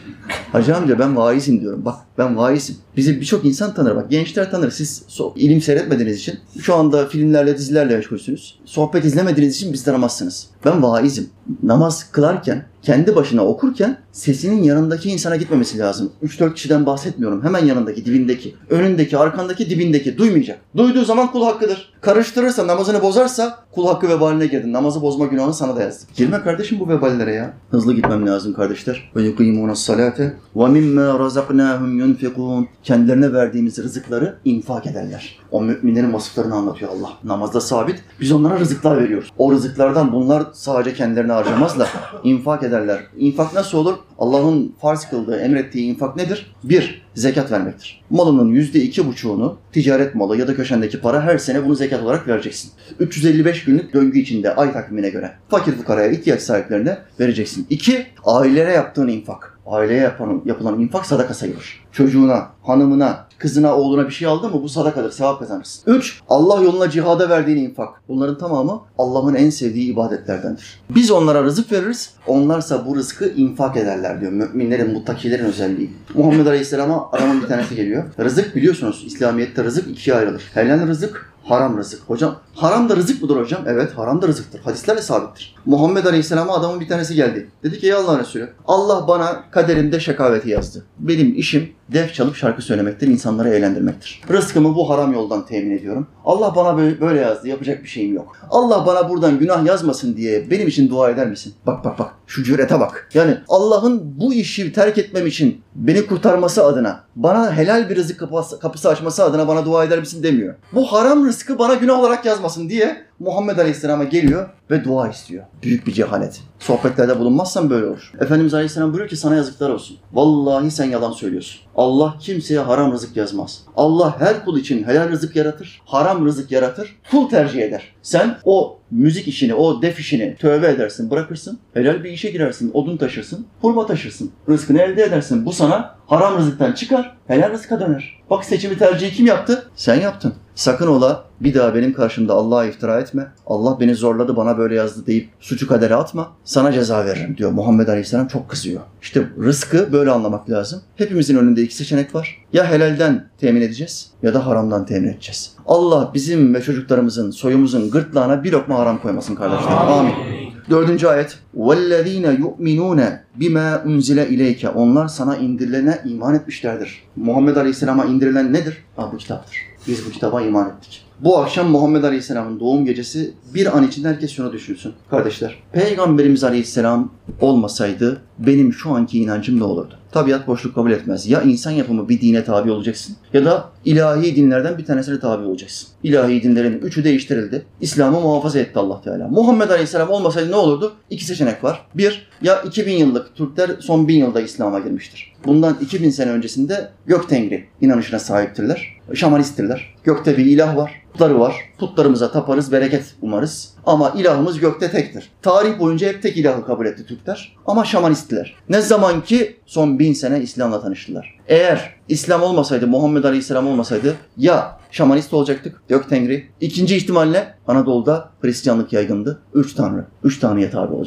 Hacı amca ben vaizim diyorum. Bak ben vaizim. Bizi birçok insan tanır. Bak gençler tanır. Siz so- ilim seyretmediğiniz için, şu anda filmlerle, dizilerle meşgulsünüz. Sohbet izlemediğiniz için bizi tanımazsınız. Ben vaizim. Namaz kılarken, kendi başına okurken sesinin yanındaki insana gitmemesi lazım. üç dört kişiden bahsetmiyorum. Hemen yanındaki, dibindeki, önündeki, arkandaki, dibindeki. Duymayacak. Duyduğu zaman kul hakkıdır. Karıştırırsa, namazını bozarsa kul hakkı vebaline girdin. Namazı bozma günahını sana da yazdım. Girme kardeşim bu veballere ya. Hızlı gitmem lazım kardeşler. Ve yuqimûne salâte ve mimmâ razaknâhum yunfikûn. Kendilerine verdiğimiz rızıkları infak ederler. O müminlerin vasıflarını anlatıyor Allah. Namazda sabit. Biz onlara rızıklar veriyoruz. O rızıklardan bunlar sadece kendilerine harcamazlar. İnfak ederler. İnfak nasıl olur? Allah'ın farz kıldığı, emrettiği infak nedir? Bir, zekat vermektir. Malının yüzde iki buçuğunu ticaret malı ya da köşendeki para her sene bunu zekat olarak vereceksin. üç yüz elli beş günlük döngü içinde ay takvimine göre fakir fukaraya, ihtiyaç sahiplerine vereceksin. İki, ailelere yaptığın infak. Aileye yapan, yapılan infak sadaka sayılır. Çocuğuna, hanımına, kızına, oğluna bir şey aldın mı bu sadakadır, sevap kazanırsın. Üç, Allah yoluna cihada verdiğin infak. Bunların tamamı Allah'ın en sevdiği ibadetlerdendir. Biz onlara rızık veririz, onlarsa bu rızkı infak ederler diyor. Müminlerin, muttakilerin özelliği. Muhammed Aleyhisselam'a adamın bir tanesi geliyor. Rızık biliyorsunuz, İslamiyet'te rızık ikiye ayrılır. Helal rızık, haram rızık. Hocam haram da rızık mıdır hocam? Evet, haram da rızıktır. Hadislerle sabittir. Muhammed Aleyhisselam'a adamın bir tanesi geldi. Dedi ki ey Allah'ın Resulü, Allah bana kaderimde şekaveti yazdı. Benim işim def çalıp şarkı söylemektir, insanları eğlendirmektir. Rızkımı bu haram yoldan temin ediyorum. Allah bana böyle yazdı, yapacak bir şeyim yok. Allah bana buradan günah yazmasın diye benim için dua eder misin? Bak bak bak, şu cürete bak. Yani Allah'ın bu işi terk etmem için beni kurtarması adına, bana helal bir rızık kapısı, kapısı açması adına bana dua eder misin demiyor. Bu haram rızkı bana günah olarak yazmasın diye Muhammed Aleyhisselam'a geliyor ve dua istiyor. Büyük bir cehalet. Sohbetlerde bulunmazsan böyle olur. Efendimiz Aleyhisselam buyuruyor ki sana yazıklar olsun. Vallahi sen yalan söylüyorsun. Allah kimseye haram rızık yazmaz. Allah her kul için helal rızık yaratır, haram rızık yaratır, kul tercih eder. Sen o müzik işini, o def işini tövbe edersin, bırakırsın. Helal bir işe girersin, odun taşırsın, hurma taşırsın. Rızkını elde edersin. Bu sana haram rızıktan çıkar, helal rızka döner. Bak seçimi tercihi kim yaptı? Sen yaptın. Sakın ola bir daha benim karşımda Allah'a iftira etme. Allah beni zorladı, bana böyle yazdı deyip suçu kadere atma. Sana ceza veririm diyor. Muhammed Aleyhisselam çok kızıyor. İşte rızkı böyle anlamak lazım. Hepimizin önünde iki seçenek var. Ya helalden temin edeceğiz ya da haramdan temin edeceğiz. Allah bizim ve çocuklarımızın, soyumuzun gırtlağına bir lokma haram koymasın kardeşler. Amin. Dördüncü ayet. وَالَّذ۪ينَ يُؤْمِنُونَ بِمَا اُنْزِلَ اِلَيْكَ. Onlar sana indirilene iman etmişlerdir. Muhammed Aleyhisselam'a indirilen nedir? Ha, bu kitaptır. Biz bu kitaba iman ettik. Bu akşam Muhammed Aleyhisselam'ın doğum gecesi, bir an içinde herkes şunu düşünsün. Kardeşler, Peygamberimiz Aleyhisselam olmasaydı benim şu anki inancım ne olurdu? Tabiat boşluk kabul etmez. Ya insan yapımı bir dine tabi olacaksın ya da ilahi dinlerden bir tanesine tabi olacaksın. İlahi dinlerin üçü değiştirildi. İslam'ı muhafaza etti Allah Teala. Muhammed Aleyhisselam olmasaydı ne olurdu? İki seçenek var. Bir, ya iki bin yıllık Türkler son bin yılda İslam'a girmiştir. Bundan iki bin sene öncesinde Gök Tengri inanışına sahiptirler. Şamanisttirler. Gökte bir ilah var. Putları var. Putlarımıza taparız, bereket umarız. Ama ilahımız gökte tektir. Tarih boyunca hep tek ilahı kabul etti Türkler. Ama şamanisttiler. Ne zaman ki son bin sene İslam'la tanıştılar. Eğer İslam olmasaydı, Muhammed Aleyhisselam olmasaydı ya şamanist olacaktık, Gök Tengri. İkinci ihtimalle Anadolu'da Hristiyanlık yaygındı. Üç tanrı. Üç tanrıya tabi olacaktık.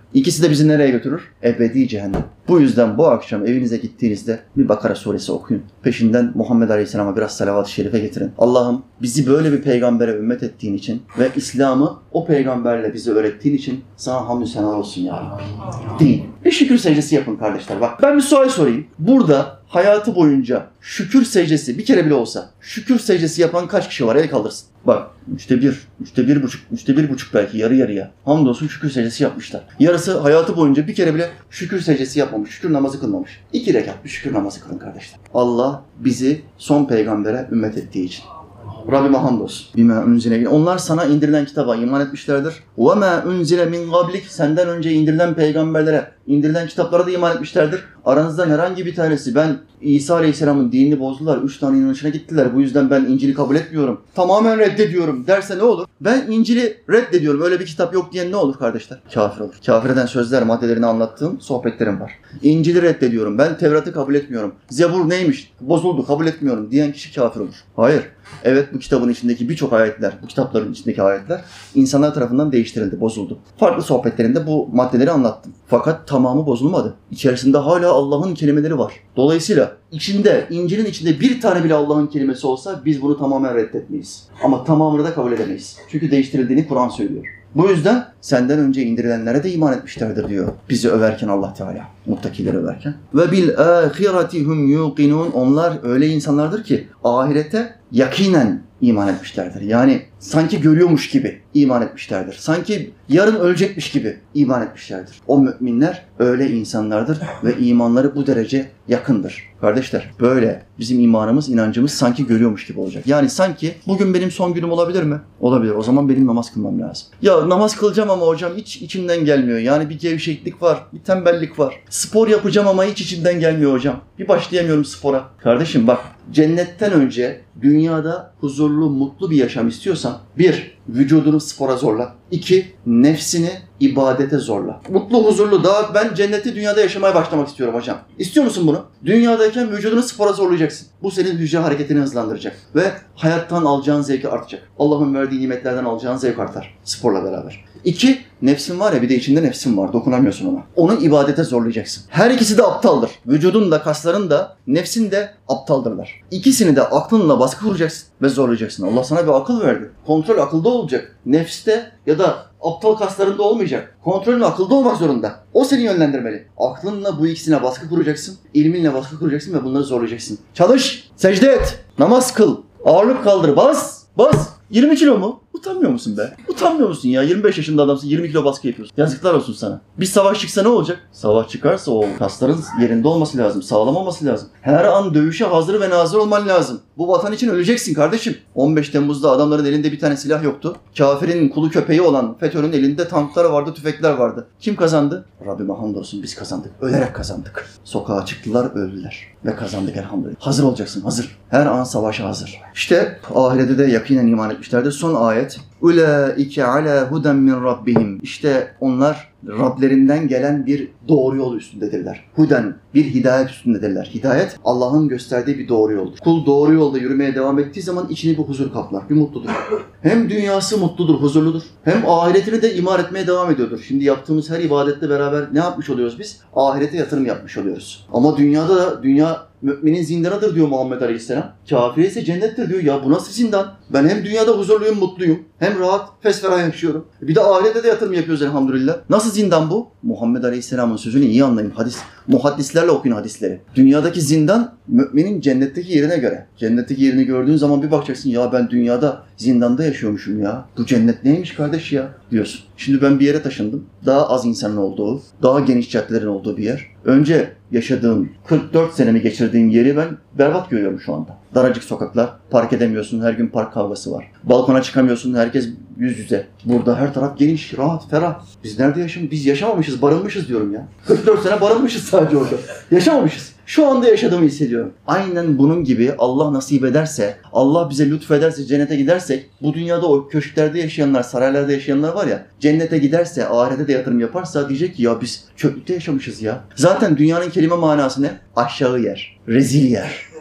İkisi de bizi nereye götürür? Ebedi cehennem. Bu yüzden bu akşam evinize gittiğinizde bir Bakara suresi okuyun. Peşinden Muhammed Aleyhisselam'a biraz salavat-ı şerife getirin. Allah'ım bizi böyle bir peygambere ümmet ettiğin için ve İslam'ı o peygamberle bize öğrettiğin için sana hamdü sena olsun ya Rabbi. Değil. Bir şükür secdesi yapın kardeşler. Bak ben bir sual sorayım. Burada hayatı boyunca şükür secdesi bir kere bile olsa şükür secdesi yapan kaç kişi var? El kaldırsın. Bak üçte bir, üçte bir buçuk, üçte bir buçuk belki yarı yarıya. Hamdolsun şükür secdesi yapmışlar. Yarısı hayatı boyunca bir kere bile şükür secdesi yapmamış, şükür namazı kılmamış. İki rekat bir şükür namazı kılın kardeşler. Allah bizi son peygambere ümmet ettiği için. Rabbime hamdolsun. Bima unzile. Onlar sana indirilen kitaba iman etmişlerdir. Ve ma unzile min qablik. Senden önce indirilen peygamberlere, indirilen kitaplara da iman etmişlerdir. Aranızdan herhangi bir tanesi ben İsa Aleyhisselam'ın dinini bozdular, üç tane inanışına gittiler. Bu yüzden ben İncil'i kabul etmiyorum. Tamamen reddediyorum derse ne olur? Ben İncil'i reddediyorum. Öyle bir kitap yok diyen ne olur kardeşler? Kafir olur. Kafir eden sözler, maddelerini anlattığım sohbetlerim var. İncil'i reddediyorum. Ben Tevrat'ı kabul etmiyorum. Zebur neymiş? Bozuldu, kabul etmiyorum diyen kişi kafir olur. Hayır. Evet bu kitabın içindeki birçok ayetler, bu kitapların içindeki ayetler insanlar tarafından değiştirildi, bozuldu. Farklı sohbetlerinde bu maddeleri anlattım. Fakat tamamı bozulmadı. İçerisinde hala Allah'ın kelimeleri var. Dolayısıyla içinde, İncil'in içinde bir tane bile Allah'ın kelimesi olsa biz bunu tamamen reddetmeyiz. Ama tamamını da kabul edemeyiz. Çünkü değiştirildiğini Kur'an söylüyor. Bu yüzden senden önce indirilenlere de iman etmişlerdir diyor. Bizi överken Allah Teala, muttakileri överken. Ve bil ahireti hum yuqinun. Onlar öyle insanlardır ki ahirete yakinen iman etmişlerdir. Yani sanki görüyormuş gibi iman etmişlerdir. Sanki yarın ölecekmiş gibi iman etmişlerdir. O müminler öyle insanlardır ve imanları bu derece yakındır. Kardeşler böyle bizim imanımız, inancımız sanki görüyormuş gibi olacak. Yani sanki bugün benim son günüm olabilir mi? Olabilir. O zaman benim namaz kılmam lazım. Ya namaz kılacağım ama hocam hiç içimden gelmiyor. Yani bir gevşeklik var, bir tembellik var. Spor yapacağım ama hiç içimden gelmiyor hocam. Bir başlayamıyorum spora. Kardeşim bak, cennetten önce dünyada huzurlu, mutlu bir yaşam istiyorsan bir, vücudunu spora zorla. İki, nefsini ibadete zorla. Mutlu, huzurlu, daha ben cenneti dünyada yaşamaya başlamak istiyorum hocam. İstiyor musun bunu? Dünyadayken vücudunu spora zorlayacaksın. Bu senin hücre hareketini hızlandıracak. Ve hayattan alacağın zevki artacak. Allah'ın verdiği nimetlerden alacağın zevk artar sporla beraber. İki, nefsin var ya, bir de içinde nefsin var. Dokunamıyorsun ona. Onu ibadete zorlayacaksın. Her ikisi de aptaldır. Vücudun da, kasların da, nefsin de aptaldırlar. İkisini de aklınla baskı kuracaksın ve zorlayacaksın. Allah sana bir akıl verdi. Kontrol akılda olacak. Nefste ya da aptal kaslarında olmayacak. Kontrolün akılda olmak zorunda. O seni yönlendirmeli. Aklınla bu ikisine baskı kuracaksın. İlminle baskı kuracaksın ve bunları zorlayacaksın. Çalış, secde et, namaz kıl, ağırlık kaldır, bas, bas. yirmi kilo mu? Utanmıyor musun be? Utanmıyor musun ya? yirmi beş yaşında adamsın, yirmi kilo baskı yapıyorsun. Yazıklar olsun sana. Bir savaş çıksa ne olacak? Savaş çıkarsa o kasların yerinde olması lazım, sağlam olması lazım. Her an dövüşe hazır ve nazır olman lazım. Bu vatan için öleceksin kardeşim. on beş Temmuz'da adamların elinde bir tane silah yoktu. Kafirin kulu köpeği olan FETÖ'nün elinde tanklar vardı, tüfekler vardı. Kim kazandı? Rabbime hamdolsun biz kazandık. Ölerek kazandık. Sokağa çıktılar, öldüler. Ve kazandık elhamdülillah. Hazır olacaksın, hazır. Her an savaşa hazır. İşte ahirete de yakinen iman etmişlerdir. Son ayet. Ulaike ala huden min rabbihim. İşte onlar Rablerinden gelen bir doğru yol üstündedirler. Huden, bir hidayet üstündedirler. Hidayet, Allah'ın gösterdiği bir doğru yoldur. Kul doğru yolda yürümeye devam ettiği zaman içini bir huzur kaplar, bir mutludur. Hem dünyası mutludur, huzurludur. Hem ahiretini de imar etmeye devam ediyordur. Şimdi yaptığımız her ibadetle beraber ne yapmış oluyoruz biz? Ahirete yatırım yapmış oluyoruz. Ama dünyada da, dünya müminin zindanıdır diyor Muhammed Aleyhisselam. Kafir ise cennettir diyor. Ya bu nasıl zindan? Ben hem dünyada huzurluyum, mutluyum. Hem rahat, fesferah yaşıyorum. Bir de ahirete de yatırım yapıyoruz elhamdülillah. Nasıl zindan bu? Muhammed Aleyhisselam'ın sözünü iyi anlayın. Hadis, muhaddislerle okuyun hadisleri. Dünyadaki zindan müminin cennetteki yerine göre. Cennetteki yerini gördüğün zaman bir bakacaksın, ya ben dünyada zindanda yaşıyormuşum ya. Bu cennet neymiş kardeş ya diyorsun. Şimdi ben bir yere taşındım. Daha az insanın olduğu, daha geniş caddelerin olduğu bir yer. Önce yaşadığım kırk dört senemi geçirdiğim yeri ben berbat görüyorum şu anda. Daracık sokaklar, park edemiyorsun, her gün park kavgası var. Balkona çıkamıyorsun, herkes yüz yüze. Burada her taraf geniş, rahat, ferah. Biz nerede yaşamışız? Biz yaşamamışız, barınmışız diyorum ya. kırk dört sene barınmışız sadece orada. Yaşamamışız. Şu anda yaşadığımı hissediyorum. Aynen bunun gibi Allah nasip ederse, Allah bize lütfederse, cennete gidersek, bu dünyada o köşklerde yaşayanlar, saraylarda yaşayanlar var ya, cennete giderse, ahirete de yatırım yaparsa diyecek ki ya biz çöplükte yaşamışız ya. Zaten dünyanın kelime manası ne? Aşağı yer, rezil yer.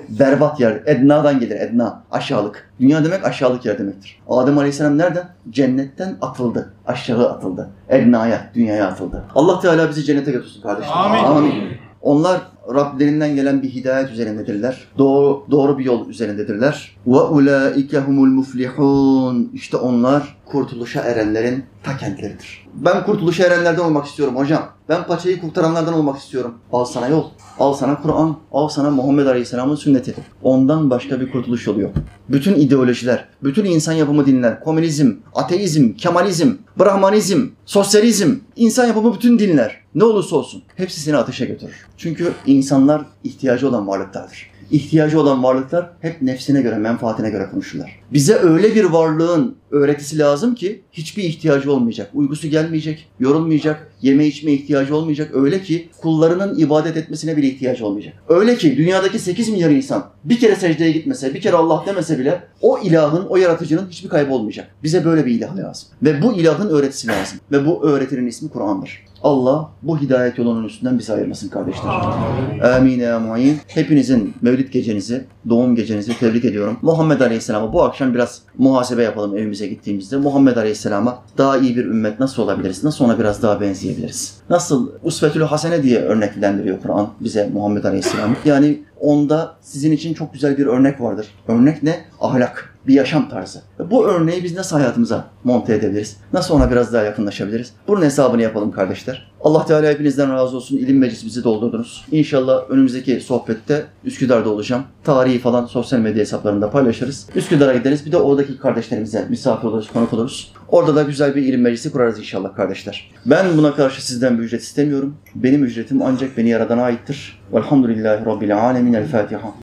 Berbat yer. Edna'dan gelir. Edna. Aşağılık. Dünya demek aşağılık yer demektir. Adem Aleyhisselam nereden? Cennetten atıldı. Aşağı atıldı. Edna'ya, dünyaya atıldı. Allah Teala bizi cennete götürsün kardeşlerim. Amin. Amin. Onlar Rablerinden gelen bir hidayet üzerindedirler. Doğru, doğru bir yol üzerindedirler. وَاُولَٰئِكَ هُمُ الْمُفْلِحُونَ İşte onlar kurtuluşa erenlerin ta kentleridir. Ben kurtuluşa erenlerden olmak istiyorum hocam. Ben paçayı kurtaranlardan olmak istiyorum. Al sana yol. Al sana Kur'an. Al sana Muhammed Aleyhisselam'ın sünneti. Ondan başka bir kurtuluş yolu yok. Bütün ideolojiler, bütün insan yapımı dinler, komünizm, ateizm, kemalizm, brahmanizm, sosyalizm, insan yapımı bütün dinler ne olursa olsun hepsi seni ateşe götürür. Çünkü insanlar ihtiyacı olan varlıklardır. İhtiyacı olan varlıklar hep nefsine göre, menfaatine göre konuşurlar. Bize öyle bir varlığın öğretisi lazım ki hiçbir ihtiyacı olmayacak. Uykusu gelmeyecek, yorulmayacak, yeme içme ihtiyacı olmayacak. Öyle ki kullarının ibadet etmesine bile ihtiyacı olmayacak. Öyle ki dünyadaki sekiz milyar insan bir kere secdeye gitmese, bir kere Allah demese bile o ilahın, o yaratıcının hiçbir kaybı olmayacak. Bize böyle bir ilah lazım. Ve bu ilahın öğretisi lazım. Ve bu öğretinin ismi Kur'an'dır. Allah bu hidayet yolunun üstünden bizi ayırmasın kardeşler. Amin ya mu'in. Hepinizin mevlid gecenizi, doğum gecenizi tebrik ediyorum. Muhammed Aleyhisselam'a bu akşam biraz muhasebe yapalım evimize gittiğimizde. Muhammed Aleyhisselam'a daha iyi bir ümmet nasıl olabiliriz? Nasıl ona biraz daha benzeyebiliriz? Nasıl Usvetül Hasene diye örneklendiriyor Kur'an bize Muhammed Aleyhisselam'ı. Yani onda sizin için çok güzel bir örnek vardır. Örnek ne? Ahlak. Bir yaşam tarzı. Bu örneği biz nasıl hayatımıza monte edebiliriz? Nasıl ona biraz daha yakınlaşabiliriz? Bunun hesabını yapalım kardeşler. Allah Teala hepinizden razı olsun. İlim meclisimizi doldurdunuz. İnşallah önümüzdeki sohbette Üsküdar'da olacağım. Tarihi falan sosyal medya hesaplarında paylaşırız. Üsküdar'a gideriz. Bir de oradaki kardeşlerimize misafir oluruz, konuk oluruz. Orada da güzel bir ilim meclisi kurarız inşallah kardeşler. Ben buna karşı sizden bir ücret istemiyorum. Benim ücretim ancak beni Yaradan'a aittir. Velhamdülillahi Rabbil alemin. El Fatiha.